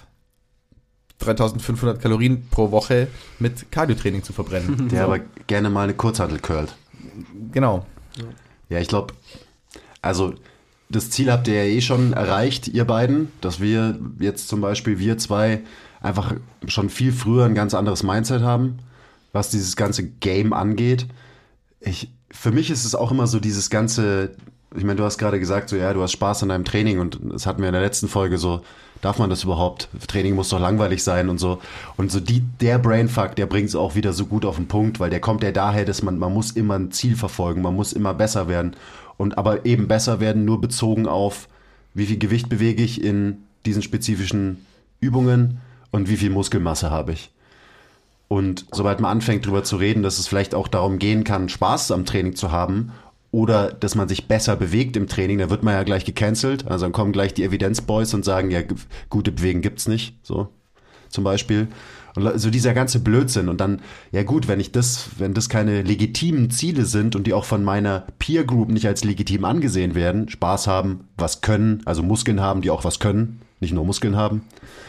Speaker 4: 3500 Kalorien pro Woche mit Cardio-Training zu verbrennen.
Speaker 1: Der aber gerne mal eine Kurzhantel curlt.
Speaker 4: Genau.
Speaker 1: Ja, ich glaube, also das Ziel habt ihr ja eh schon erreicht, ihr beiden, dass wir jetzt zum Beispiel, wir zwei, einfach schon viel früher ein ganz anderes Mindset haben, was dieses ganze Game angeht. Für mich ist es auch immer so dieses ganze, ich meine, du hast gerade gesagt, so ja, du hast Spaß an deinem Training und das hatten wir in der letzten Folge so, darf man das überhaupt? Training muss doch langweilig sein und so. Und so der Brainfuck, der bringt es auch wieder so gut auf den Punkt, weil der kommt ja daher, dass man muss immer ein Ziel verfolgen, man muss immer besser werden. Und aber eben besser werden nur bezogen auf, wie viel Gewicht bewege ich in diesen spezifischen Übungen und wie viel Muskelmasse habe ich. Und sobald man anfängt drüber zu reden, dass es vielleicht auch darum gehen kann, Spaß am Training zu haben oder dass man sich besser bewegt im Training, da wird man ja gleich gecancelt. Also dann kommen gleich die Evidenzboys und sagen, ja, gute Bewegen gibt's nicht, so zum Beispiel. Und so dieser ganze Blödsinn. Und dann, ja gut, wenn das keine legitimen Ziele sind und die auch von meiner Peer Group nicht als legitim angesehen werden, Spaß haben, was können, also Muskeln haben, die auch was können, nicht nur Muskeln haben,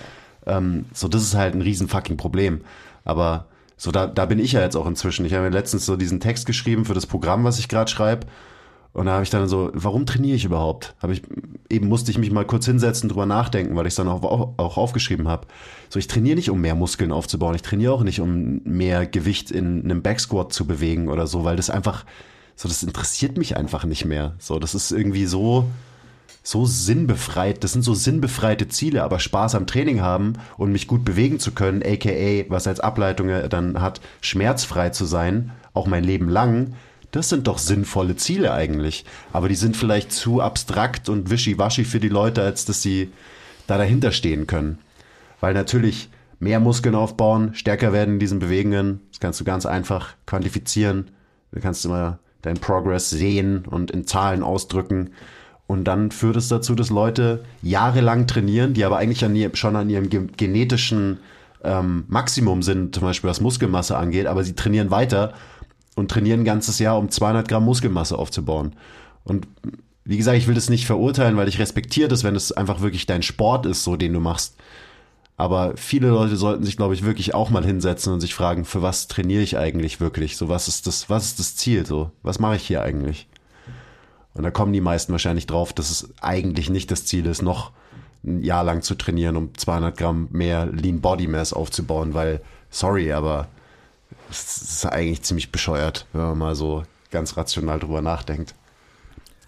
Speaker 1: so das ist halt ein riesen fucking Problem. Aber so da bin ich ja jetzt auch inzwischen. Ich habe mir letztens so diesen Text geschrieben für das Programm, was ich gerade schreibe. Und da habe ich dann so, warum trainiere ich überhaupt? Musste ich mich mal kurz hinsetzen, drüber nachdenken, weil ich es dann auch aufgeschrieben habe. So, ich trainiere nicht, um mehr Muskeln aufzubauen. Ich trainiere auch nicht, um mehr Gewicht in einem Backsquat zu bewegen oder so, weil das einfach, so, das interessiert mich einfach nicht mehr. So, das ist irgendwie so sinnbefreit. Das sind so sinnbefreite Ziele, aber Spaß am Training haben und mich gut bewegen zu können, aka, was als Ableitung dann hat, schmerzfrei zu sein, auch mein Leben lang. Das sind doch sinnvolle Ziele eigentlich. Aber die sind vielleicht zu abstrakt und wischiwaschi für die Leute, als dass sie da dahinter stehen können. Weil natürlich mehr Muskeln aufbauen, stärker werden in diesen Bewegungen, das kannst du ganz einfach quantifizieren. Da kannst du mal deinen Progress sehen und in Zahlen ausdrücken. Und dann führt es dazu, dass Leute jahrelang trainieren, die aber eigentlich schon an ihrem genetischen Maximum sind, zum Beispiel was Muskelmasse angeht, aber sie trainieren weiter und trainieren ein ganzes Jahr, um 200 Gramm Muskelmasse aufzubauen. Und wie gesagt, ich will das nicht verurteilen, weil ich respektiere das, wenn es einfach wirklich dein Sport ist, so den du machst. Aber viele Leute sollten sich, glaube ich, wirklich auch mal hinsetzen und sich fragen, für was trainiere ich eigentlich wirklich? So, was ist das Ziel? So, was mache ich hier eigentlich? Und da kommen die meisten wahrscheinlich drauf, dass es eigentlich nicht das Ziel ist, noch ein Jahr lang zu trainieren, um 200 Gramm mehr Lean Body Mass aufzubauen, weil, sorry, aber es ist eigentlich ziemlich bescheuert, wenn man mal so ganz rational drüber nachdenkt.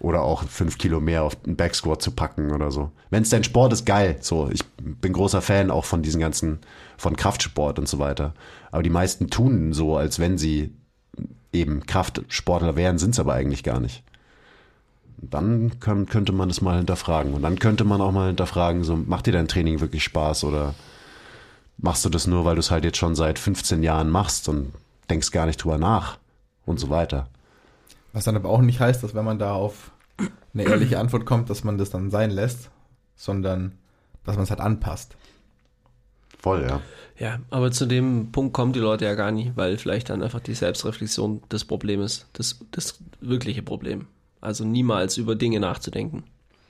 Speaker 1: Oder auch 5 Kilo mehr auf den Backsquat zu packen oder so. Wenn es dein Sport ist, geil. So, ich bin großer Fan auch von diesen ganzen, von Kraftsport und so weiter. Aber die meisten tun so, als wenn sie eben Kraftsportler wären, sind es aber eigentlich gar nicht. Dann könnte man das mal hinterfragen. Und dann könnte man auch mal hinterfragen, so, macht dir dein Training wirklich Spaß oder machst du das nur, weil du es halt jetzt schon seit 15 Jahren machst und denkst gar nicht drüber nach und so weiter.
Speaker 4: Was dann aber auch nicht heißt, dass wenn man da auf eine ehrliche Antwort kommt, dass man das dann sein lässt, sondern dass man es halt anpasst.
Speaker 1: Voll, ja.
Speaker 2: Ja, aber zu dem Punkt kommen die Leute ja gar nicht, weil vielleicht dann einfach die Selbstreflexion das Problem ist, das wirkliche Problem. Also niemals über Dinge nachzudenken.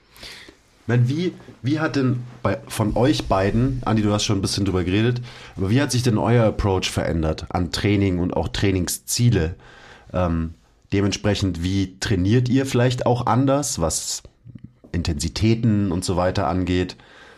Speaker 1: Wie hat denn von euch beiden, Andi, du hast schon ein bisschen drüber geredet, aber wie hat sich denn euer Approach verändert an Training und auch Trainingsziele? Dementsprechend, wie trainiert ihr vielleicht auch anders, was Intensitäten und so weiter angeht?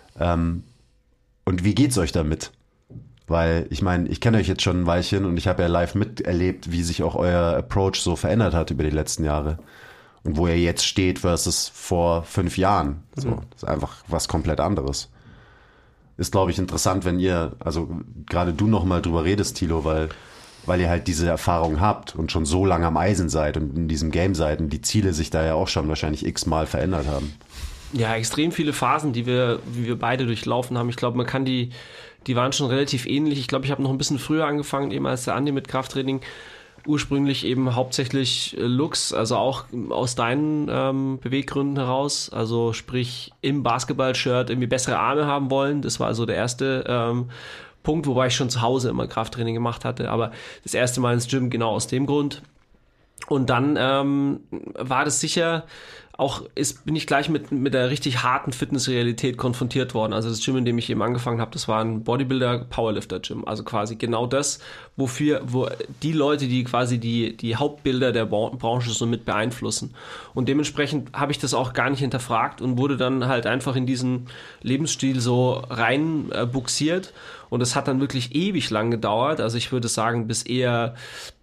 Speaker 1: Und wie geht's euch damit? Weil, ich meine, ich kenne euch jetzt schon ein Weilchen und ich habe ja live miterlebt, wie sich auch euer Approach so verändert hat über die letzten Jahre. Und wo ihr jetzt steht versus vor 5 Jahren. So, das ist einfach was komplett anderes. Ist, glaube ich, interessant, wenn ihr, also gerade du noch mal drüber redest, Thilo, weil ihr halt diese Erfahrung habt und schon so lange am Eisen seid und in diesem Game seid und die Ziele sich da ja auch schon wahrscheinlich x-mal verändert haben.
Speaker 2: Ja, extrem viele Phasen, wie wir beide durchlaufen haben. Ich glaube, man kann die waren schon relativ ähnlich. Ich glaube, ich habe noch ein bisschen früher angefangen, eben als der Andi mit Krafttraining. Ursprünglich eben hauptsächlich Looks, also auch aus deinen Beweggründen heraus. Also sprich im Basketball-Shirt irgendwie bessere Arme haben wollen. Das war also der erste Punkt, wobei ich schon zu Hause immer Krafttraining gemacht hatte. Aber das erste Mal ins Gym genau aus dem Grund. Und dann war das sicher auch, bin ich gleich mit der richtig harten Fitnessrealität konfrontiert worden. Also das Gym, in dem ich eben angefangen habe, das war ein Bodybuilder-Powerlifter-Gym. Also quasi genau das, wo die Leute, die quasi die Hauptbilder der Branche so mit beeinflussen. Und dementsprechend habe ich das auch gar nicht hinterfragt und wurde dann halt einfach in diesen Lebensstil so rein buxiert. Und es hat dann wirklich ewig lang gedauert. Also ich würde sagen, bis eher,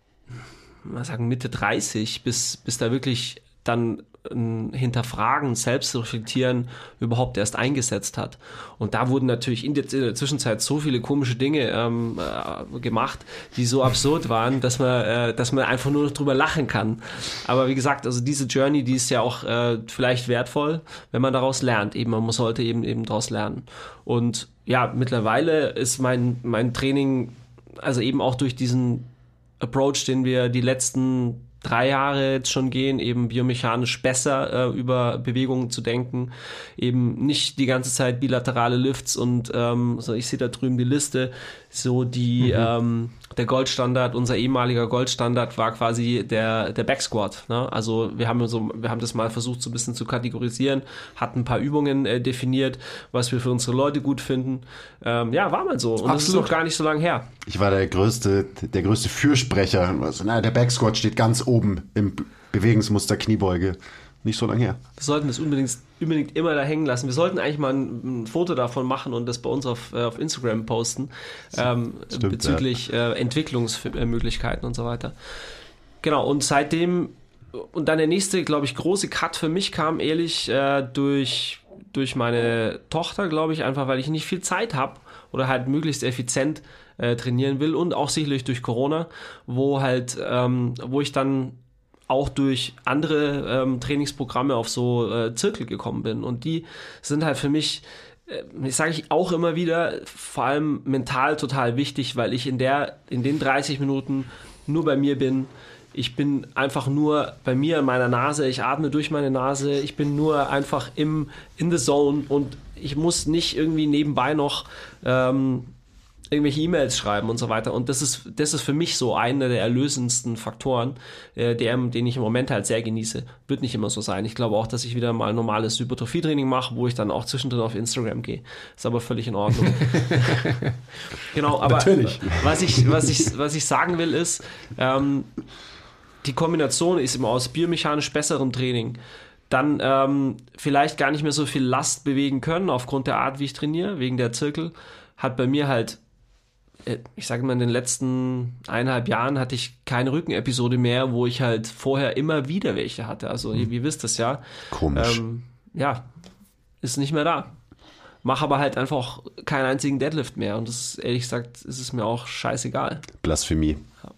Speaker 2: mal sagen, Mitte 30, bis da wirklich dann Hinterfragen, Selbstreflektieren überhaupt erst eingesetzt hat. Und da wurden natürlich in der Zwischenzeit so viele komische Dinge gemacht, die so absurd waren, dass man einfach nur noch drüber lachen kann. Aber wie gesagt, also diese Journey, die ist ja auch vielleicht wertvoll, wenn man daraus lernt. Man sollte eben daraus lernen. Und ja, mittlerweile ist mein Training, also eben auch durch diesen Approach, den wir die letzten 3 Jahre jetzt schon gehen, eben biomechanisch besser über Bewegungen zu denken, eben nicht die ganze Zeit bilaterale Lifts und so, ich sehe da drüben die Liste, so die der Goldstandard, unser ehemaliger Goldstandard war quasi der Backsquat, ne? Also wir haben das mal versucht so ein bisschen zu kategorisieren, hatten ein paar Übungen definiert, was wir für unsere Leute gut finden. Ja, war mal so. Und das ist noch gar nicht so lange her.
Speaker 1: Ich war der größte Fürsprecher. Also, der Backsquat steht ganz oben im Bewegungsmuster Kniebeuge. Nicht so lange her.
Speaker 2: Wir sollten das unbedingt immer da hängen lassen. Wir sollten eigentlich mal ein Foto davon machen und das bei uns auf Instagram posten, bezüglich Entwicklungsmöglichkeiten und so weiter. Genau, und seitdem, und dann der nächste, glaube ich, große Cut für mich kam ehrlich durch meine Tochter, glaube ich, einfach weil ich nicht viel Zeit habe oder halt möglichst effizient trainieren will und auch sicherlich durch Corona, wo ich dann auch durch andere Trainingsprogramme auf so Zirkel gekommen bin. Und die sind halt für mich, das sage ich auch immer wieder, vor allem mental total wichtig, weil ich in den 30 Minuten nur bei mir bin. Ich bin einfach nur bei mir in meiner Nase, ich atme durch meine Nase, ich bin nur einfach in the zone und ich muss nicht irgendwie nebenbei noch irgendwelche E-Mails schreiben und so weiter. Und das ist für mich so einer der erlösendsten Faktoren, den ich im Moment halt sehr genieße. Wird nicht immer so sein. Ich glaube auch, dass ich wieder mal normales Hypertrophie-Training mache, wo ich dann auch zwischendrin auf Instagram gehe. Ist aber völlig in Ordnung. Genau, aber natürlich. Was ich sagen will ist, die Kombination ist immer aus biomechanisch besserem Training, dann vielleicht gar nicht mehr so viel Last bewegen können aufgrund der Art, wie ich trainiere, wegen der Zirkel, hat bei mir halt ich sage mal, in den letzten 1,5 Jahren hatte ich keine Rückenepisode mehr, wo ich halt vorher immer wieder welche hatte. Also ihr wisst das ja.
Speaker 1: Komisch.
Speaker 2: Ja, ist nicht mehr da. Mach aber halt einfach keinen einzigen Deadlift mehr. Und das ist, ehrlich gesagt, ist es mir auch scheißegal.
Speaker 1: Blasphemie.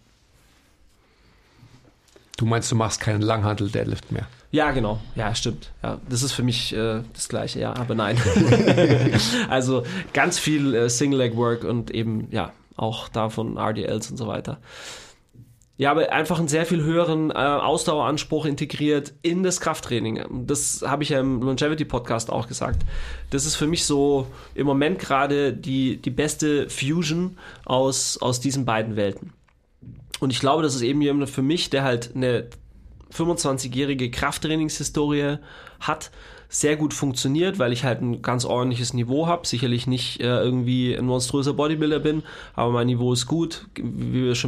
Speaker 3: Du meinst, du machst keinen Langhantel-Deadlift mehr?
Speaker 2: Ja, genau. Ja, stimmt. Ja, das ist für mich das Gleiche. Ja, aber nein. Also ganz viel Single-Leg-Work und eben, ja, auch davon RDLs und so weiter. Ja, aber einfach einen sehr viel höheren Ausdaueranspruch integriert in das Krafttraining. Das habe ich ja im Longevity-Podcast auch gesagt. Das ist für mich so im Moment gerade die beste Fusion aus diesen beiden Welten. Und ich glaube, das ist eben jemand für mich, der halt eine 25-jährige Krafttrainingshistorie hat, sehr gut funktioniert, weil ich halt ein ganz ordentliches Niveau habe. Sicherlich nicht irgendwie ein monströser Bodybuilder bin, aber mein Niveau ist gut, wie wir schon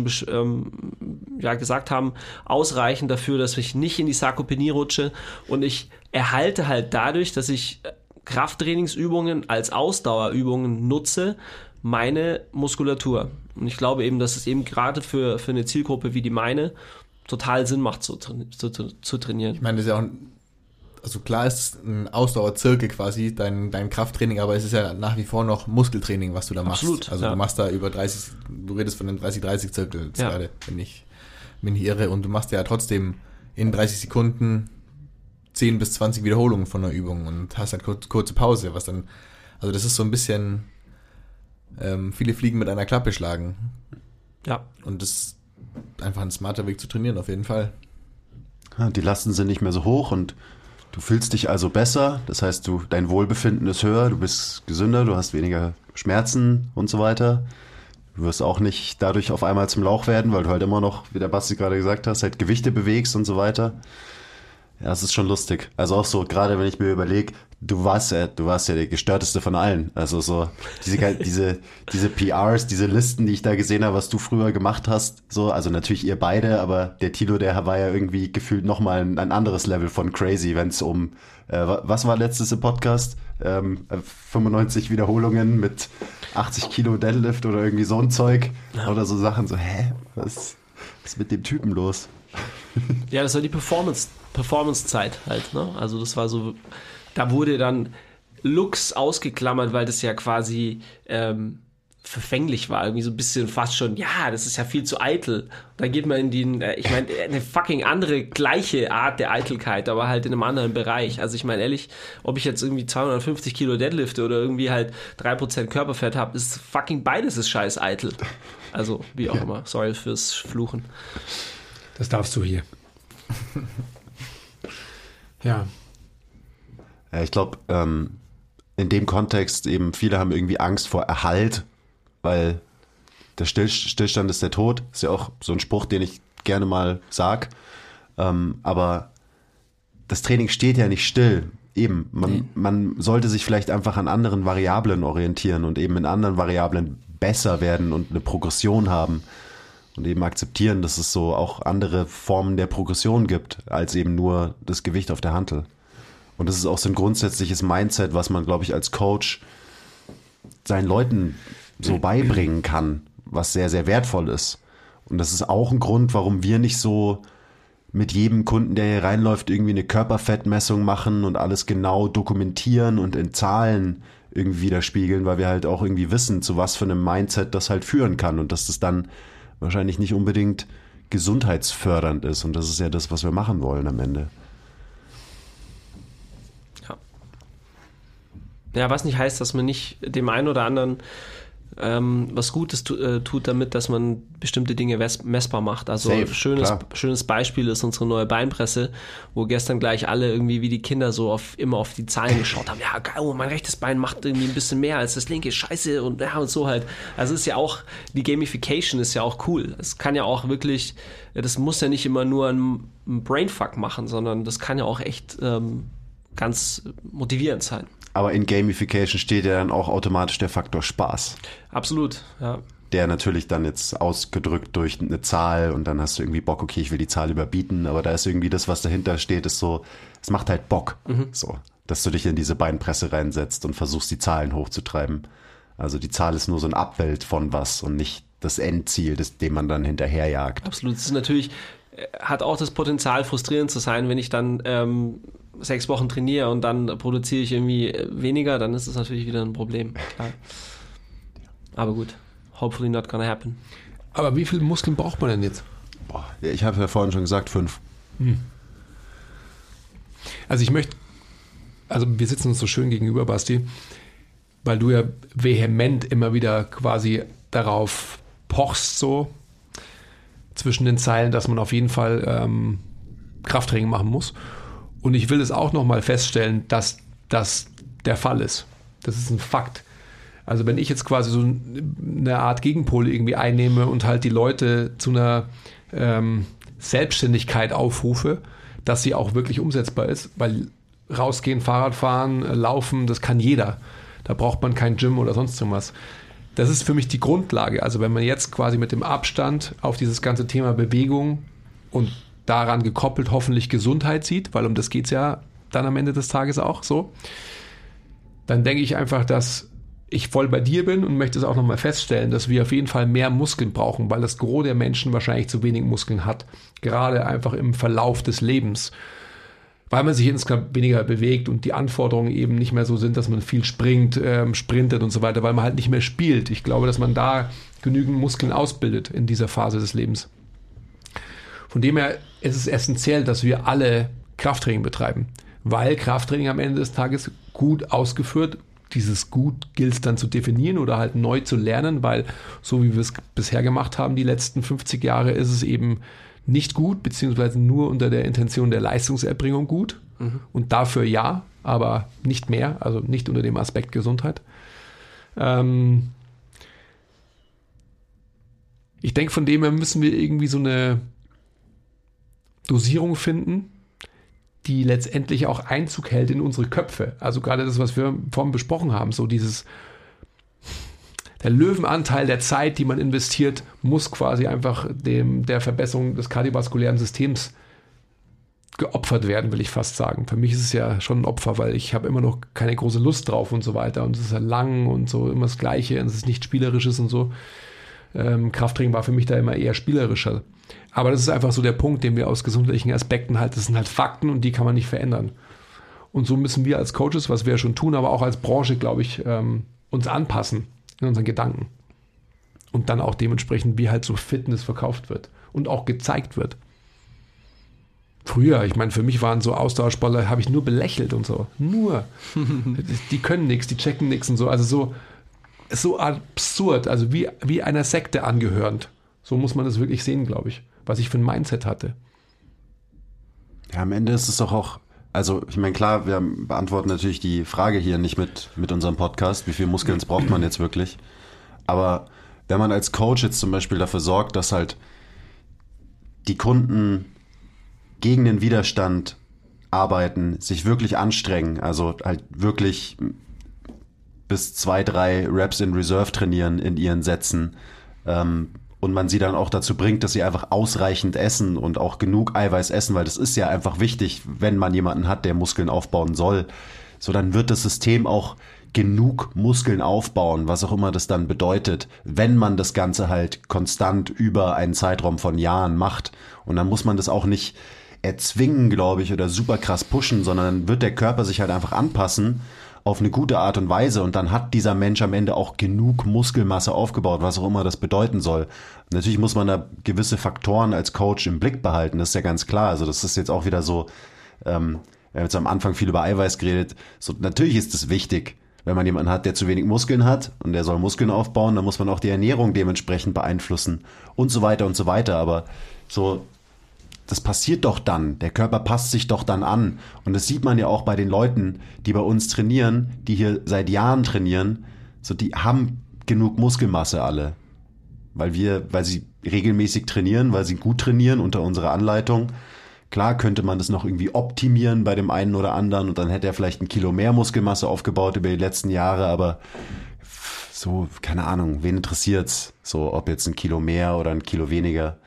Speaker 2: gesagt haben, ausreichend dafür, dass ich nicht in die Sarkopenie rutsche. Und ich erhalte halt dadurch, dass ich Krafttrainingsübungen als Ausdauerübungen nutze, meine Muskulatur. Und ich glaube eben, dass es eben gerade für eine Zielgruppe wie die meine total Sinn macht, zu trainieren.
Speaker 4: Ich meine, das ist ja auch also klar ist ein Ausdauerzirkel quasi, dein Krafttraining, aber es ist ja nach wie vor noch Muskeltraining, was du da machst.
Speaker 2: Absolut,
Speaker 4: also
Speaker 2: ja.
Speaker 4: Du machst da über 30, du redest von den 30-30-Zirkel gerade, wenn ich mich nicht irre, und du machst ja trotzdem in 30 Sekunden 10 bis 20 Wiederholungen von einer Übung und hast dann kurze Pause, was dann, also das ist so ein bisschen viele Fliegen mit einer Klappe schlagen.
Speaker 2: Ja.
Speaker 4: Und das ist einfach ein smarter Weg zu trainieren, auf jeden Fall.
Speaker 1: Ja, die Lasten sind nicht mehr so hoch und du fühlst dich also besser. Das heißt, dein Wohlbefinden ist höher, du bist gesünder, du hast weniger Schmerzen und so weiter. Du wirst auch nicht dadurch auf einmal zum Lauch werden, weil du halt immer noch, wie der Basti gerade gesagt hast, halt Gewichte bewegst und so weiter. Ja, es ist schon lustig. Also auch so, gerade wenn ich mir überlege, du warst ja der gestörteste von allen. Also so diese PRs, diese Listen, die ich da gesehen habe, was du früher gemacht hast, so, also natürlich ihr beide, aber der Thilo, der war ja irgendwie gefühlt nochmal ein anderes Level von crazy, wenn es um, was war letztes im Podcast? 95 Wiederholungen mit 80 Kilo Deadlift oder irgendwie so ein Zeug oder so Sachen, so, was ist mit dem Typen los?
Speaker 2: Ja, das war die Performance-Zeit halt, ne? Also das war so, da wurde dann Looks ausgeklammert, weil das ja quasi verfänglich war, irgendwie so ein bisschen fast schon, ja, das ist ja viel zu eitel. Da geht man in die, ich meine, eine fucking andere, gleiche Art der Eitelkeit, aber halt in einem anderen Bereich. Also ich meine, ehrlich, ob ich jetzt irgendwie 250 Kilo Deadlifte oder irgendwie halt 3% Körperfett habe, ist fucking beides ist scheiß eitel. Also, wie auch immer. Sorry fürs Fluchen.
Speaker 3: Das darfst du hier. Ja.
Speaker 1: Ja, ich glaube, in dem Kontext eben, viele haben irgendwie Angst vor Erhalt, weil der Stillstand ist der Tod. Ist ja auch so ein Spruch, den ich gerne mal sag. Aber das Training steht ja nicht still. Eben, man sollte sich vielleicht einfach an anderen Variablen orientieren und eben in anderen Variablen besser werden und eine Progression haben. Und eben akzeptieren, dass es so auch andere Formen der Progression gibt, als eben nur das Gewicht auf der Hantel. Und das ist auch so ein grundsätzliches Mindset, was man, glaube ich, als Coach seinen Leuten so beibringen kann, was sehr, sehr wertvoll ist. Und das ist auch ein Grund, warum wir nicht so mit jedem Kunden, der hier reinläuft, irgendwie eine Körperfettmessung machen und alles genau dokumentieren und in Zahlen irgendwie widerspiegeln, weil wir halt auch irgendwie wissen, zu was für einem Mindset das halt führen kann und dass das dann wahrscheinlich nicht unbedingt gesundheitsfördernd ist. Und das ist ja das, was wir machen wollen am Ende.
Speaker 2: Ja, was nicht heißt, dass man nicht dem einen oder anderen was Gutes tut damit, dass man bestimmte Dinge messbar macht. Also schönes Beispiel ist unsere neue Beinpresse, wo gestern gleich alle irgendwie wie die Kinder so immer auf die Zahlen geschaut haben. Ja, geil, mein rechtes Bein macht irgendwie ein bisschen mehr als das linke, scheiße und ja und so halt. Also ist ja auch, die Gamification ist ja auch cool. Es kann ja auch wirklich, das muss ja nicht immer nur ein Brainfuck machen, sondern das kann ja auch echt ganz motivierend sein.
Speaker 1: Aber in Gamification steht ja dann auch automatisch der Faktor Spaß.
Speaker 2: Absolut, ja.
Speaker 1: Der natürlich dann jetzt ausgedrückt durch eine Zahl und dann hast du irgendwie Bock, okay, ich will die Zahl überbieten, aber da ist irgendwie das, was dahinter steht, ist so, es macht halt Bock, so, dass du dich in diese Beinpresse reinsetzt und versuchst, die Zahlen hochzutreiben. Also die Zahl ist nur so ein Abbild von was und nicht das Endziel, dem man dann hinterherjagt.
Speaker 2: Absolut. Es ist natürlich, hat auch das Potenzial, frustrierend zu sein, wenn ich dann 6 Wochen trainiere und dann produziere ich irgendwie weniger, dann ist das natürlich wieder ein Problem. Klar. Aber gut, hopefully not gonna happen.
Speaker 3: Aber wie viele Muskeln braucht man denn jetzt?
Speaker 1: Boah, ich habe ja vorhin schon gesagt, 5.
Speaker 3: Also wir sitzen uns so schön gegenüber, Basti, weil du ja vehement immer wieder quasi darauf pochst, so zwischen den Zeilen, dass man auf jeden Fall Krafttraining machen muss. Und ich will es auch nochmal feststellen, dass das der Fall ist. Das ist ein Fakt. Also wenn ich jetzt quasi so eine Art Gegenpol irgendwie einnehme und halt die Leute zu einer Selbstständigkeit aufrufe, dass sie auch wirklich umsetzbar ist, weil rausgehen, Fahrrad fahren, laufen, das kann jeder. Da braucht man kein Gym oder sonst irgendwas. Das ist für mich die Grundlage. Also wenn man jetzt quasi mit dem Abstand auf dieses ganze Thema Bewegung und daran gekoppelt hoffentlich Gesundheit sieht, weil um das geht es ja dann am Ende des Tages auch so, dann denke ich einfach, dass ich voll bei dir bin und möchte es auch nochmal feststellen, dass wir auf jeden Fall mehr Muskeln brauchen, weil das Gros der Menschen wahrscheinlich zu wenig Muskeln hat, gerade einfach im Verlauf des Lebens, weil man sich insgesamt weniger bewegt und die Anforderungen eben nicht mehr so sind, dass man viel springt, sprintet und so weiter, weil man halt nicht mehr spielt. Ich glaube, dass man da genügend Muskeln ausbildet in dieser Phase des Lebens. Von dem her ist es essentiell, dass wir alle Krafttraining betreiben, weil Krafttraining am Ende des Tages gut ausgeführt, dieses Gut gilt es dann zu definieren oder halt neu zu lernen, weil so wie wir es bisher gemacht haben, die letzten 50 Jahre, ist es eben nicht gut, beziehungsweise nur unter der Intention der Leistungserbringung gut. Und dafür ja, aber nicht mehr, also nicht unter dem Aspekt Gesundheit. Ich denke, von dem her müssen wir irgendwie so eine Dosierung finden, die letztendlich auch Einzug hält in unsere Köpfe. Also gerade das, was wir vorhin besprochen haben, so der Löwenanteil der Zeit, die man investiert, muss quasi einfach der Verbesserung des kardiovaskulären Systems geopfert werden, will ich fast sagen. Für mich ist es ja schon ein Opfer, weil ich habe immer noch keine große Lust drauf und so weiter. Und es ist ja lang und so immer das Gleiche und es ist nichts Spielerisches und so. Krafttraining war für mich da immer eher spielerischer. Aber das ist einfach so der Punkt, den wir aus gesundheitlichen Aspekten halt, das sind halt Fakten und die kann man nicht verändern. Und so müssen wir als Coaches, was wir ja schon tun, aber auch als Branche, glaube ich, uns anpassen in unseren Gedanken. Und dann auch dementsprechend, wie halt so Fitness verkauft wird und auch gezeigt wird. Früher, ich meine, für mich waren so Ausdauersportler, habe ich nur belächelt und so. Nur. Die können nichts, die checken nichts und so. Also so absurd, also wie einer Sekte angehörend. So muss man das wirklich sehen, glaube ich, was ich für ein Mindset hatte.
Speaker 1: Ja, am Ende ist es doch auch, also ich meine, klar, wir beantworten natürlich die Frage hier nicht mit unserem Podcast, wie viel Muskeln braucht man jetzt wirklich. Aber wenn man als Coach jetzt zum Beispiel dafür sorgt, dass halt die Kunden gegen den Widerstand arbeiten, sich wirklich anstrengen, also halt wirklich bis 2-3 Reps in Reserve trainieren in ihren Sätzen, und man sie dann auch dazu bringt, dass sie einfach ausreichend essen und auch genug Eiweiß essen, weil das ist ja einfach wichtig, wenn man jemanden hat, der Muskeln aufbauen soll. So, dann wird das System auch genug Muskeln aufbauen, was auch immer das dann bedeutet, wenn man das Ganze halt konstant über einen Zeitraum von Jahren macht. Und dann muss man das auch nicht erzwingen, glaube ich, oder super krass pushen, sondern dann wird der Körper sich halt einfach anpassen auf eine gute Art und Weise und dann hat dieser Mensch am Ende auch genug Muskelmasse aufgebaut, was auch immer das bedeuten soll. Natürlich muss man da gewisse Faktoren als Coach im Blick behalten, das ist ja ganz klar. Also das ist jetzt auch wieder so, wir haben jetzt am Anfang viel über Eiweiß geredet, so natürlich ist es wichtig, wenn man jemanden hat, der zu wenig Muskeln hat und der soll Muskeln aufbauen, dann muss man auch die Ernährung dementsprechend beeinflussen und so weiter und so weiter, aber so, das passiert doch dann. Der Körper passt sich doch dann an. Und das sieht man ja auch bei den Leuten, die bei uns trainieren, die hier seit Jahren trainieren. So, die haben genug Muskelmasse alle. Weil sie regelmäßig trainieren, weil sie gut trainieren unter unserer Anleitung. Klar könnte man das noch irgendwie optimieren bei dem einen oder anderen und dann hätte er vielleicht 1 Kilo mehr Muskelmasse aufgebaut über die letzten Jahre, aber so, keine Ahnung, wen interessiert's? So, ob jetzt 1 Kilo mehr oder 1 Kilo weniger.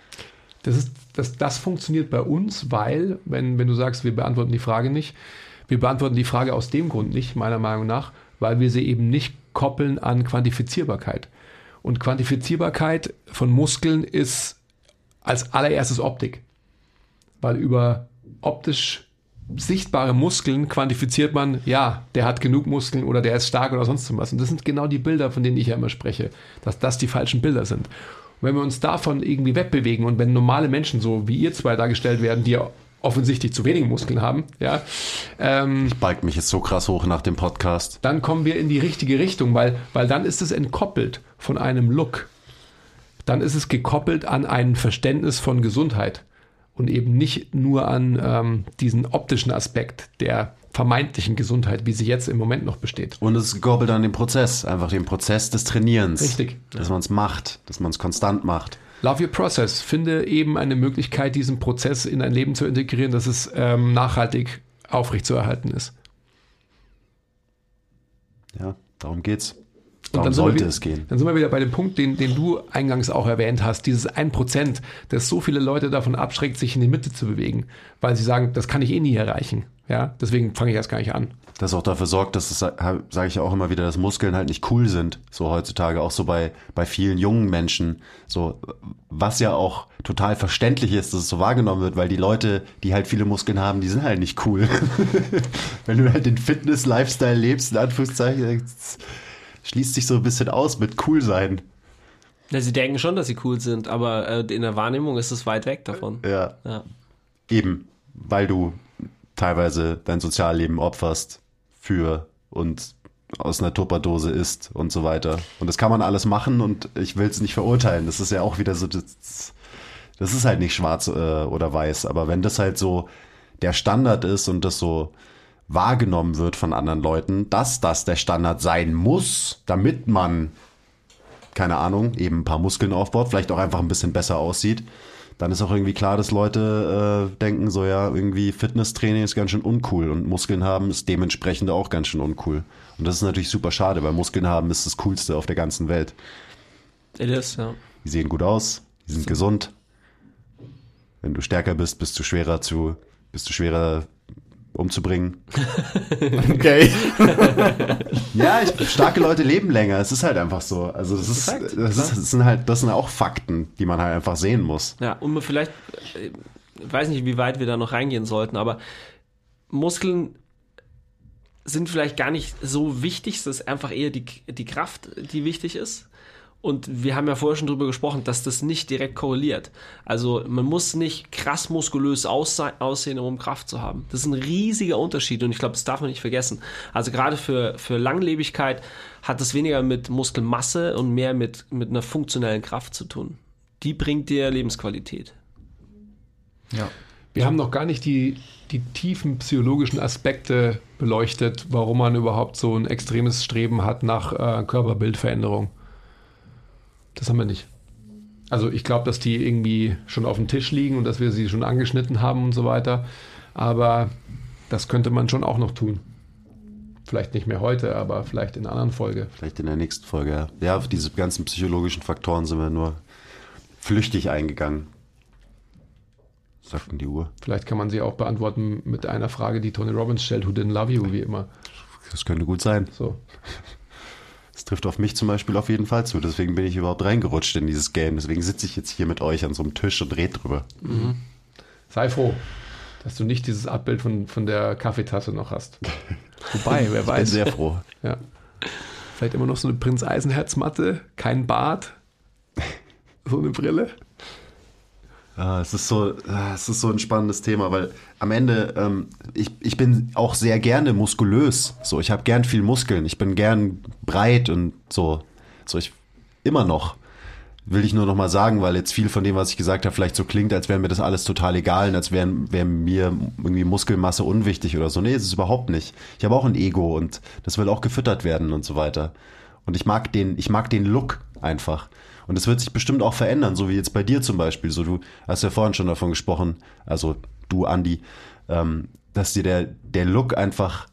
Speaker 3: Das funktioniert bei uns, weil, wenn du sagst, wir beantworten die Frage nicht, wir beantworten die Frage aus dem Grund nicht, meiner Meinung nach, weil wir sie eben nicht koppeln an Quantifizierbarkeit. Und Quantifizierbarkeit von Muskeln ist als allererstes Optik. Weil über optisch sichtbare Muskeln quantifiziert man, ja, der hat genug Muskeln oder der ist stark oder sonst was. Und das sind genau die Bilder, von denen ich ja immer spreche, dass das die falschen Bilder sind. Und wenn wir uns davon irgendwie wegbewegen und wenn normale Menschen, so wie ihr zwei dargestellt werden, die ja offensichtlich zu wenig Muskeln haben, ja.
Speaker 1: Ich balg mich jetzt so krass hoch nach dem Podcast.
Speaker 3: Dann kommen wir in die richtige Richtung, weil dann ist es entkoppelt von einem Look. Dann ist es gekoppelt an ein Verständnis von Gesundheit und eben nicht nur an diesen optischen Aspekt der vermeintlichen Gesundheit, wie sie jetzt im Moment noch besteht.
Speaker 1: Und es ist gekoppelt an den Prozess, einfach den Prozess des Trainierens.
Speaker 3: Richtig.
Speaker 1: Dass man es macht, dass man es konstant macht.
Speaker 3: Love your process. Finde eben eine Möglichkeit, diesen Prozess in dein Leben zu integrieren, dass es nachhaltig aufrechtzuerhalten ist.
Speaker 1: Ja, darum geht's.
Speaker 3: Und
Speaker 1: Darum
Speaker 3: dann
Speaker 1: sollte es gehen.
Speaker 3: Dann sind wir wieder bei dem Punkt, den du eingangs auch erwähnt hast, dieses 1%, das so viele Leute davon abschreckt, sich in die Mitte zu bewegen, weil sie sagen, das kann ich eh nie erreichen. Ja, deswegen fange ich erst gar nicht an.
Speaker 1: Das auch dafür sorgt, dass es, sage ich ja auch immer wieder, dass Muskeln halt nicht cool sind, so heutzutage, auch so bei vielen jungen Menschen, so, was ja auch total verständlich ist, dass es so wahrgenommen wird, weil die Leute, die halt viele Muskeln haben, die sind halt nicht cool. Wenn du halt den Fitness-Lifestyle lebst, in Anführungszeichen, schließt sich so ein bisschen aus mit cool sein.
Speaker 2: Ja, sie denken schon, dass sie cool sind, aber in der Wahrnehmung ist es weit weg davon.
Speaker 1: Ja.
Speaker 2: Ja.
Speaker 1: Eben, weil du teilweise dein Sozialleben opferst für und aus einer Tupperdose isst und so weiter. Und das kann man alles machen und ich will es nicht verurteilen. Das ist ja auch wieder so, das ist halt nicht schwarz oder weiß. Aber wenn das halt so der Standard ist und das so wahrgenommen wird von anderen Leuten, dass das der Standard sein muss, damit man, keine Ahnung, eben ein paar Muskeln aufbaut, vielleicht auch einfach ein bisschen besser aussieht, dann ist auch irgendwie klar, dass Leute denken, so ja, irgendwie Fitnesstraining ist ganz schön uncool und Muskeln haben ist dementsprechend auch ganz schön uncool. Und das ist natürlich super schade, weil Muskeln haben ist das Coolste auf der ganzen Welt.
Speaker 2: It is, ja.
Speaker 1: Die sehen gut aus, die sind gesund. Wenn du stärker bist, bist du schwerer umzubringen.
Speaker 4: Okay.
Speaker 1: Ja, starke Leute leben länger. Es ist halt einfach so. Also das sind auch Fakten, die man halt einfach sehen muss.
Speaker 2: Ja, und man vielleicht, ich weiß nicht, wie weit wir da noch reingehen sollten, aber Muskeln sind vielleicht gar nicht so wichtig, es ist einfach eher die Kraft, die wichtig ist. Und wir haben ja vorher schon drüber gesprochen, dass das nicht direkt korreliert. Also man muss nicht krass muskulös aussehen, um Kraft zu haben. Das ist ein riesiger Unterschied und ich glaube, das darf man nicht vergessen. Also gerade für Langlebigkeit hat das weniger mit Muskelmasse und mehr mit einer funktionellen Kraft zu tun. Die bringt dir Lebensqualität.
Speaker 3: Ja. Wir haben noch gar nicht die tiefen psychologischen Aspekte beleuchtet, warum man überhaupt so ein extremes Streben hat nach Körperbildveränderung. Das haben wir nicht. Also ich glaube, dass die irgendwie schon auf dem Tisch liegen und dass wir sie schon angeschnitten haben und so weiter. Aber das könnte man schon auch noch tun. Vielleicht nicht mehr heute, aber vielleicht in einer anderen Folge.
Speaker 1: Vielleicht in der nächsten Folge, ja. Ja, auf diese ganzen psychologischen Faktoren sind wir nur flüchtig eingegangen. Sagt denn die Uhr?
Speaker 3: Vielleicht kann man sie auch beantworten mit einer Frage, die Tony Robbins stellt. Who didn't love you, wie immer.
Speaker 1: Das könnte gut sein.
Speaker 3: So.
Speaker 1: Das trifft auf mich zum Beispiel auf jeden Fall zu. Deswegen bin ich überhaupt reingerutscht in dieses Game. Deswegen sitze ich jetzt hier mit euch an so einem Tisch und rede drüber.
Speaker 3: Mhm. Sei froh, dass du nicht dieses Abbild von der Kaffeetasse noch hast. Wobei, wer weiß.
Speaker 1: Ich bin sehr froh.
Speaker 3: Ja. Vielleicht immer noch so eine Prinz Eisenherz-Matte, kein Bart, so eine Brille.
Speaker 1: Es ist so ein spannendes Thema, weil am Ende, ich bin auch sehr gerne muskulös. So, ich habe gern viel Muskeln. Ich bin gern breit und so. Ich immer noch. Will ich nur noch mal sagen, weil jetzt viel von dem, was ich gesagt habe, vielleicht so klingt, als wäre mir das alles total egal und als wäre mir irgendwie Muskelmasse unwichtig oder so. Nee, ist es überhaupt nicht. Ich habe auch ein Ego und das will auch gefüttert werden und so weiter. Und ich mag den Look einfach. Und das wird sich bestimmt auch verändern, so wie jetzt bei dir zum Beispiel. So, du hast ja vorhin schon davon gesprochen, also du, Andi, dass dir der Look einfach,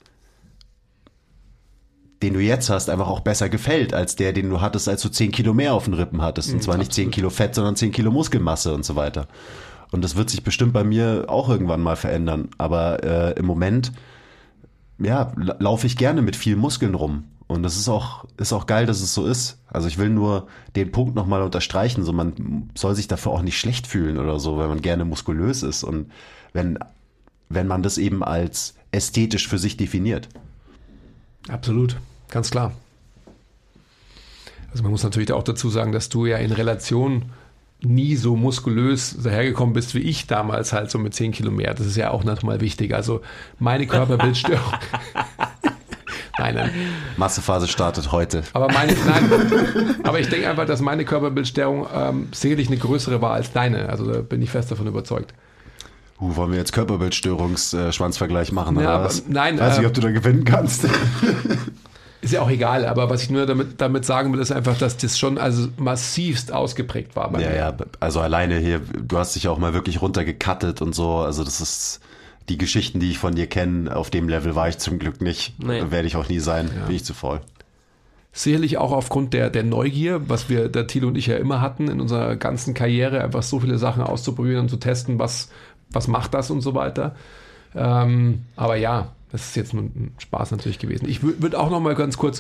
Speaker 1: den du jetzt hast, einfach auch besser gefällt, als den du hattest, als du 10 Kilo mehr auf den Rippen hattest. Und zwar nicht 10 Kilo Fett, sondern 10 Kilo Muskelmasse und so weiter. Und das wird sich bestimmt bei mir auch irgendwann mal verändern. Aber im Moment laufe ich gerne mit viel Muskeln rum. Und das ist auch geil, dass es so ist. Also ich will nur den Punkt nochmal unterstreichen, so man soll sich dafür auch nicht schlecht fühlen oder so, weil man gerne muskulös ist und wenn man das eben als ästhetisch für sich definiert.
Speaker 3: Absolut, ganz klar. Also man muss natürlich auch dazu sagen, dass du ja in Relation nie so muskulös dahergekommen bist wie ich damals halt so mit 10 Kilo mehr. Das ist ja auch nochmal wichtig. Also meine Körperbildstörung... Nein.
Speaker 1: Massephase startet heute.
Speaker 3: Aber aber ich denke einfach, dass meine Körperbildstörung sicherlich eine größere war als deine. Also da bin ich fest davon überzeugt.
Speaker 1: Wollen wir jetzt Körperbildstörungs-Schwanzvergleich machen?
Speaker 3: Ja,
Speaker 1: oder was?
Speaker 3: Nein.
Speaker 1: Weiß nicht, ob du da gewinnen kannst.
Speaker 3: Ist ja auch egal, aber was ich nur damit sagen will, ist einfach, dass das schon also massivst ausgeprägt war bei mir.
Speaker 1: Ja, also alleine hier, du hast dich ja auch mal wirklich runtergecuttet und so, also das ist die Geschichten, die ich von dir kenne, auf dem Level war ich zum Glück nicht, werde ich auch nie sein, bin ich zu faul.
Speaker 3: Sicherlich auch aufgrund der Neugier, was der Thilo und ich ja immer hatten in unserer ganzen Karriere, einfach so viele Sachen auszuprobieren und zu testen, was macht das und so weiter. Aber ja, das ist jetzt nur ein Spaß natürlich gewesen. Ich würde auch noch mal ganz kurz,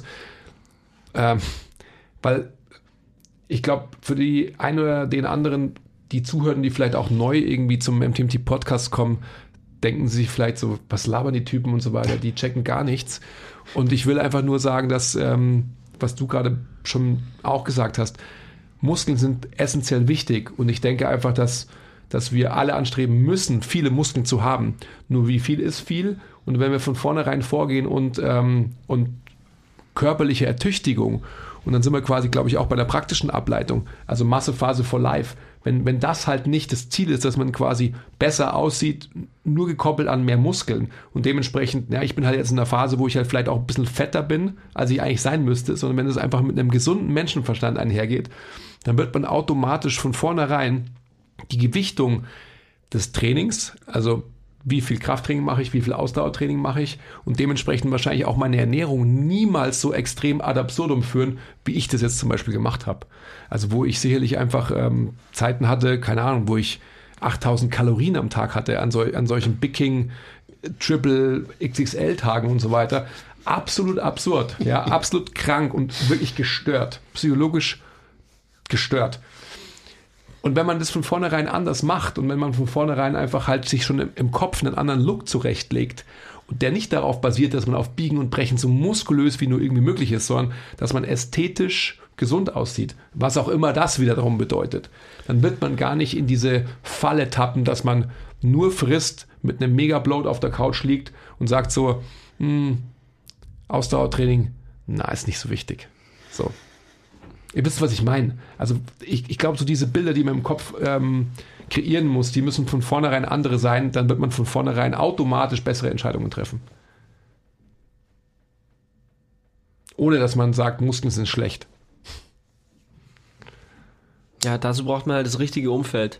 Speaker 3: weil ich glaube, für die einen oder den anderen, die zuhören, die vielleicht auch neu irgendwie zum MTMT-Podcast kommen, denken sie sich vielleicht so, was labern die Typen und so weiter, die checken gar nichts. Und ich will einfach nur sagen, dass, was du gerade schon auch gesagt hast, Muskeln sind essentiell wichtig und ich denke einfach, dass wir alle anstreben müssen, viele Muskeln zu haben. Nur wie viel ist viel? Und wenn wir von vornherein vorgehen und körperliche Ertüchtigung, und dann sind wir quasi, glaube ich, auch bei der praktischen Ableitung, also Massephase for Life, wenn das halt nicht das Ziel ist, dass man quasi besser aussieht, nur gekoppelt an mehr Muskeln und dementsprechend, ja, ich bin halt jetzt in einer Phase, wo ich halt vielleicht auch ein bisschen fetter bin, als ich eigentlich sein müsste, sondern wenn es einfach mit einem gesunden Menschenverstand einhergeht, dann wird man automatisch von vornherein die Gewichtung des Trainings, also wie viel Krafttraining mache ich, wie viel Ausdauertraining mache ich und dementsprechend wahrscheinlich auch meine Ernährung niemals so extrem ad absurdum führen, wie ich das jetzt zum Beispiel gemacht habe. Also wo ich sicherlich einfach Zeiten hatte, keine Ahnung, wo ich 8000 Kalorien am Tag hatte an solchen Big King, Triple XXL Tagen und so weiter. Absolut absurd, ja, absolut krank und wirklich gestört, psychologisch gestört. Und wenn man das von vornherein anders macht und wenn man von vornherein einfach halt sich schon im Kopf einen anderen Look zurechtlegt und der nicht darauf basiert, dass man auf Biegen und Brechen so muskulös wie nur irgendwie möglich ist, sondern dass man ästhetisch gesund aussieht, was auch immer das wiederum bedeutet, dann wird man gar nicht in diese Falle tappen, dass man nur frisst, mit einem Mega-Bloat auf der Couch liegt und sagt so, Ausdauertraining, ist nicht so wichtig. So. Ihr wisst, was ich meine. Also ich glaube, so diese Bilder, die man im Kopf kreieren muss, die müssen von vornherein andere sein, dann wird man von vornherein automatisch bessere Entscheidungen treffen. Ohne, dass man sagt, Muskeln sind schlecht.
Speaker 2: Ja, dazu braucht man halt das richtige Umfeld.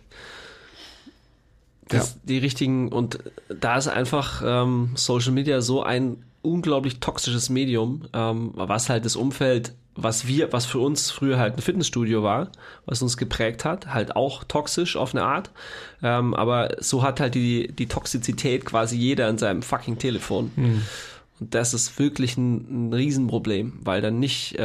Speaker 2: Die richtigen, und da ist einfach Social Media so ein unglaublich toxisches Medium, was halt das Umfeld, was für uns früher halt ein Fitnessstudio war, was uns geprägt hat, halt auch toxisch auf eine Art, aber so hat halt die Toxizität quasi jeder in seinem fucking Telefon. Und das ist wirklich ein Riesenproblem, weil dann nicht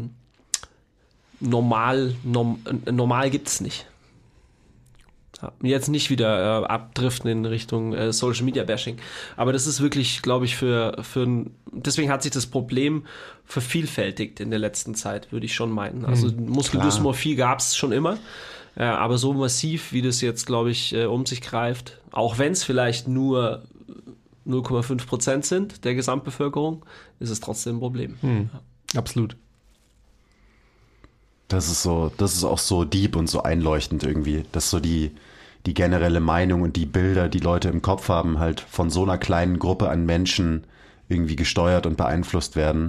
Speaker 2: normal gibt's nicht. Jetzt nicht wieder abdriften in Richtung Social Media Bashing. Aber das ist wirklich, glaube ich, deswegen hat sich das Problem vervielfältigt in der letzten Zeit, würde ich schon meinen. Also Muskeldysmorphie gab es schon immer, aber so massiv, wie das jetzt, glaube ich, um sich greift, auch wenn es vielleicht nur 0,5% sind der Gesamtbevölkerung, ist es trotzdem ein Problem.
Speaker 3: Ja. Absolut.
Speaker 1: Das ist auch so deep und so einleuchtend irgendwie. Das ist so die generelle Meinung und die Bilder, die Leute im Kopf haben, halt von so einer kleinen Gruppe an Menschen irgendwie gesteuert und beeinflusst werden.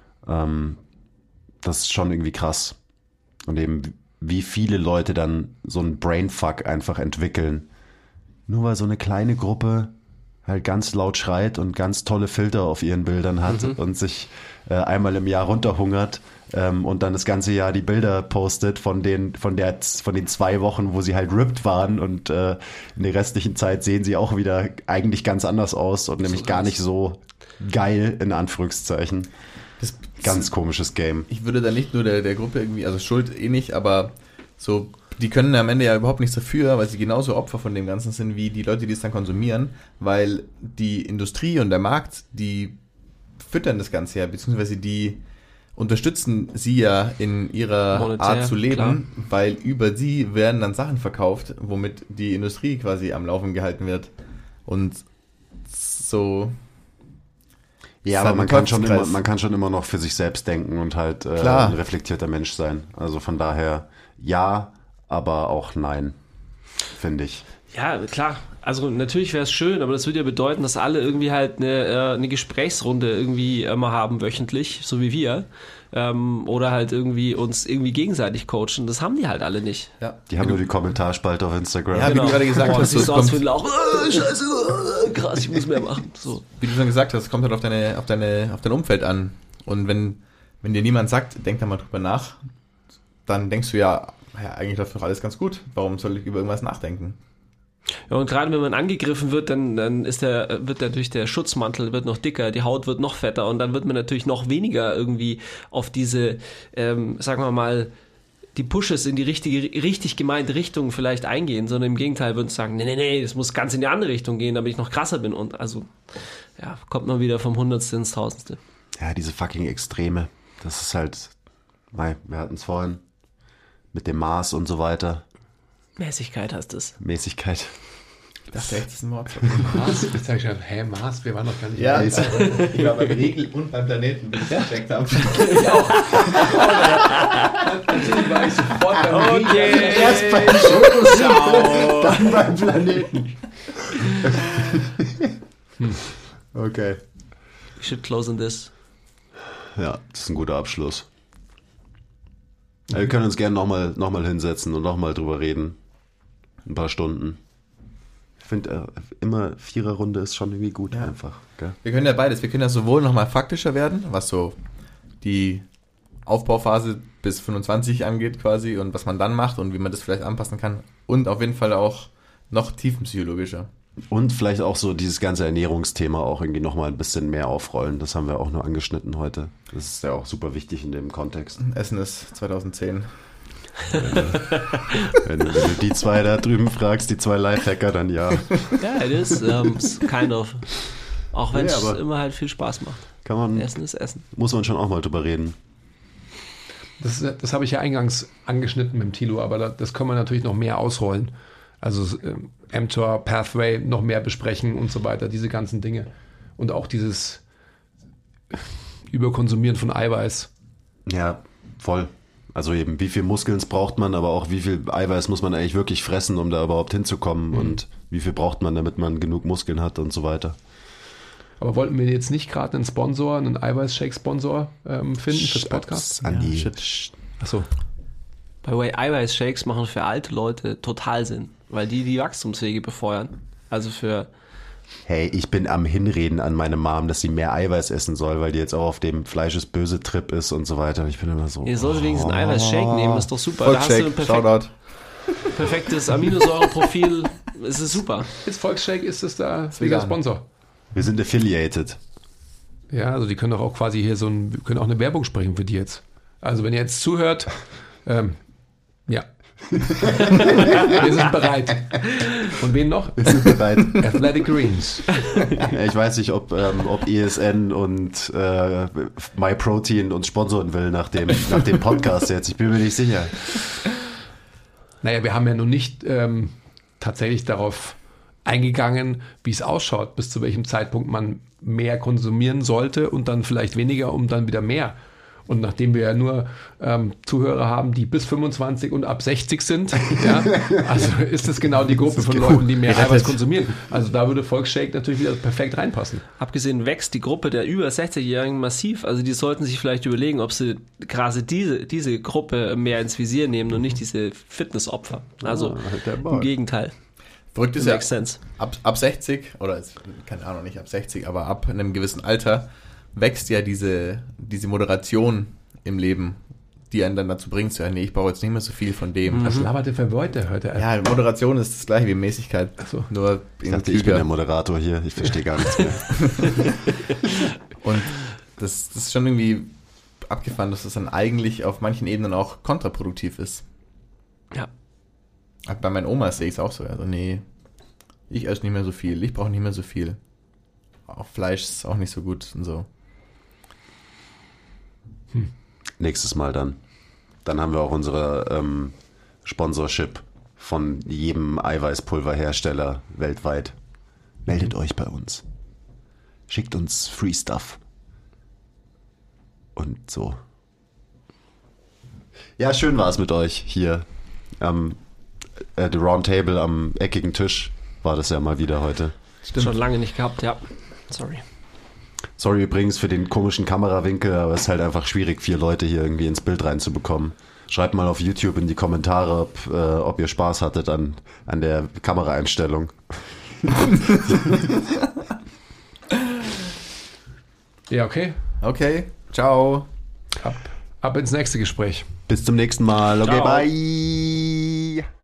Speaker 1: Das ist schon irgendwie krass. Und eben, wie viele Leute dann so einen Brainfuck einfach entwickeln. Nur weil so eine kleine Gruppe halt ganz laut schreit und ganz tolle Filter auf ihren Bildern hat und sich einmal im Jahr runterhungert und dann das ganze Jahr die Bilder postet von den 2 Wochen, wo sie halt ripped waren und in der restlichen Zeit sehen sie auch wieder eigentlich ganz anders aus und nämlich gar nicht so geil, in Anführungszeichen.
Speaker 4: Das
Speaker 1: Ganz komisches Game.
Speaker 4: Ich würde da nicht nur der Gruppe irgendwie, also Schuld nicht, aber so, die können am Ende ja überhaupt nichts dafür, weil sie genauso Opfer von dem Ganzen sind wie die Leute, die es dann konsumieren, weil die Industrie und der Markt, die füttern das Ganze ja, beziehungsweise die unterstützen sie ja in ihrer
Speaker 2: Monetär,
Speaker 4: Art zu leben,
Speaker 2: klar.
Speaker 4: weil über sie werden dann Sachen verkauft, womit die Industrie quasi am Laufen gehalten wird. Und so...
Speaker 1: Ja,
Speaker 4: ist
Speaker 1: aber
Speaker 4: halt ein
Speaker 1: man kann schon immer noch für sich selbst denken und halt
Speaker 4: Klar.
Speaker 1: ein reflektierter Mensch sein. Also von daher ja, aber auch nein, finde ich.
Speaker 2: Ja, klar. Also natürlich wäre es schön, aber das würde ja bedeuten, dass alle irgendwie halt eine Gesprächsrunde irgendwie immer haben wöchentlich, so wie wir. Oder halt irgendwie uns irgendwie gegenseitig coachen. Das haben die halt alle nicht.
Speaker 4: Ja.
Speaker 1: Die haben nur die Kommentarspalte auf Instagram.
Speaker 4: Ja, wie du gerade gesagt
Speaker 2: Boah,
Speaker 4: hast,
Speaker 2: siehst
Speaker 4: so,
Speaker 2: du
Speaker 4: es
Speaker 2: aus wie
Speaker 4: kommt,
Speaker 2: ein Lauch. Scheiße, krass, ich muss mehr machen. So.
Speaker 4: wie du schon gesagt hast, es kommt halt auf dein Umfeld an. Und wenn dir niemand sagt, denk da mal drüber nach, dann denkst du ja, eigentlich läuft doch alles ganz gut. Warum soll ich über irgendwas nachdenken?
Speaker 2: Ja, und gerade wenn man angegriffen wird, dann wird natürlich der Schutzmantel wird noch dicker, die Haut wird noch fetter und dann wird man natürlich noch weniger irgendwie auf diese, sagen wir mal, die Pushes in die richtig gemeinte Richtung vielleicht eingehen, sondern im Gegenteil würden sie sagen, nee, das muss ganz in die andere Richtung gehen, damit ich noch krasser bin. Und also, ja, kommt man wieder vom Hundertste ins Tausendste.
Speaker 1: Ja, diese fucking Extreme. Das ist halt, wir hatten es vorhin mit dem Maß und so weiter.
Speaker 2: Mäßigkeit heißt es.
Speaker 1: Mäßigkeit.
Speaker 4: Ich dachte echt, das ist ein Wort.
Speaker 3: Mars? Jetzt sag ich schon, Mars, wir waren noch gar nicht
Speaker 4: Ja,
Speaker 3: bei-
Speaker 4: ich war beim Regel und beim Planeten, bis ich gecheckt habe.
Speaker 3: Ich auch. Natürlich war ich sofort beim
Speaker 2: Okay.
Speaker 1: Erst beim Schokosau, dann beim Planeten. Okay.
Speaker 2: We should close on this.
Speaker 1: Ja, das ist ein guter Abschluss. Ja, wir können uns gerne noch mal hinsetzen und noch mal drüber reden. Ein paar Stunden. Ich finde, immer Viererrunde ist schon irgendwie gut einfach. Gell?
Speaker 4: Wir können ja beides. Wir können ja sowohl nochmal faktischer werden, was so die Aufbauphase bis 25 angeht quasi und was man dann macht und wie man das vielleicht anpassen kann. Und auf jeden Fall auch noch tiefenpsychologischer.
Speaker 1: Und vielleicht auch so dieses ganze Ernährungsthema auch irgendwie noch mal ein bisschen mehr aufrollen. Das haben wir auch nur angeschnitten heute. Das ist ja auch super wichtig in dem Kontext.
Speaker 4: Essen ist 2010.
Speaker 1: Wenn du die zwei da drüben fragst, die zwei Lifehacker, dann ja.
Speaker 2: Ja, it is kind of. Auch wenn es
Speaker 1: aber-
Speaker 2: immer halt viel Spaß macht.
Speaker 1: Kann man,
Speaker 2: Essen ist Essen.
Speaker 1: muss man schon auch mal drüber reden.
Speaker 3: Das habe ich ja eingangs angeschnitten mit dem Thilo, aber das können wir natürlich noch mehr ausrollen. Also mTOR, Pathway noch mehr besprechen und so weiter, diese ganzen Dinge. Und auch dieses Überkonsumieren von Eiweiß.
Speaker 1: Ja, voll. Also eben, wie viel Muskeln braucht man, aber auch wie viel Eiweiß muss man eigentlich wirklich fressen, um da überhaupt hinzukommen und wie viel braucht man, damit man genug Muskeln hat und so weiter.
Speaker 3: Aber wollten wir jetzt nicht gerade einen Sponsor, einen Eiweiß-Shake-Sponsor finden fürs Podcast?
Speaker 1: Andi.
Speaker 3: Achso.
Speaker 2: By the way, Eiweiß-Shakes machen für alte Leute total Sinn, weil die Wachstumswege befeuern. Also für...
Speaker 1: Hey, ich bin am Hinreden an meine Mom, dass sie mehr Eiweiß essen soll, weil die jetzt auch auf dem Fleisch ist böse Trip ist und so weiter. Ich bin immer so.
Speaker 2: Ihr solltet wenigstens einen Eiweiß-Shake nehmen, ist doch super. Da hast du ein
Speaker 4: Volksshake, Shoutout.
Speaker 2: perfektes Aminosäureprofil. Es ist super.
Speaker 3: Jetzt Volksshake ist es da wieder
Speaker 4: vegan.
Speaker 3: Sponsor.
Speaker 1: Wir sind affiliated.
Speaker 3: Ja, also die können doch auch quasi hier wir können auch eine Werbung sprechen für die jetzt. Also wenn ihr jetzt zuhört, ja. Wir sind bereit. Und wen noch?
Speaker 1: Wir sind bereit.
Speaker 3: Athletic Greens.
Speaker 1: Ich weiß nicht, ob ESN und MyProtein uns sponsoren will nach dem Podcast jetzt. Ich bin mir nicht sicher.
Speaker 3: Naja, wir haben ja nun nicht tatsächlich darauf eingegangen, wie es ausschaut, bis zu welchem Zeitpunkt man mehr konsumieren sollte und dann vielleicht weniger, um dann wieder mehr. Und nachdem wir ja nur Zuhörer haben, die bis 25 und ab 60 sind, ja, also ist das genau die Gruppe von Leuten, die mehr Eiweiß konsumieren. Also da würde Volksshake natürlich wieder perfekt reinpassen.
Speaker 2: Abgesehen wächst die Gruppe der über 60-Jährigen massiv. Also die sollten sich vielleicht überlegen, ob sie gerade diese Gruppe mehr ins Visier nehmen und nicht diese Fitnessopfer. Also im Gegenteil.
Speaker 4: Verrückt ist ja,
Speaker 2: Makes sense.
Speaker 4: ab 60, oder keine Ahnung, nicht ab 60, aber ab einem gewissen Alter wächst ja diese Moderation im Leben, die einen dann dazu bringt, zu sagen, nee, ich brauche jetzt nicht mehr so viel von dem.
Speaker 3: Was labert der für Leute heute?
Speaker 4: Ja, Moderation ist das gleiche wie Mäßigkeit.
Speaker 3: So.
Speaker 4: Nur
Speaker 1: Ich dachte, ich bin der Moderator hier. Ich verstehe gar nichts mehr.
Speaker 4: Und das ist schon irgendwie abgefahren, dass das dann eigentlich auf manchen Ebenen auch kontraproduktiv ist.
Speaker 2: Ja.
Speaker 4: Bei meinen Omas sehe ich es auch so. Also nee, ich esse nicht mehr so viel, ich brauche nicht mehr so viel. Auch Fleisch ist auch nicht so gut und so.
Speaker 1: Nächstes Mal dann. Dann haben wir auch unsere Sponsorship von jedem Eiweißpulverhersteller weltweit. Meldet euch bei uns. Schickt uns Free Stuff. Und so. Ja, schön war es mit euch hier. The Round Table am eckigen Tisch war das ja mal wieder heute.
Speaker 2: Schon lange nicht gehabt, ja. Sorry.
Speaker 1: Sorry übrigens für den komischen Kamerawinkel, aber es ist halt einfach schwierig, 4 Leute hier irgendwie ins Bild reinzubekommen. Schreibt mal auf YouTube in die Kommentare, ob ihr Spaß hattet an der Kameraeinstellung.
Speaker 3: Ja, okay.
Speaker 4: Okay, ciao.
Speaker 3: Ab ins nächste Gespräch.
Speaker 1: Bis zum nächsten Mal. Okay,
Speaker 2: Ciao.
Speaker 1: bye.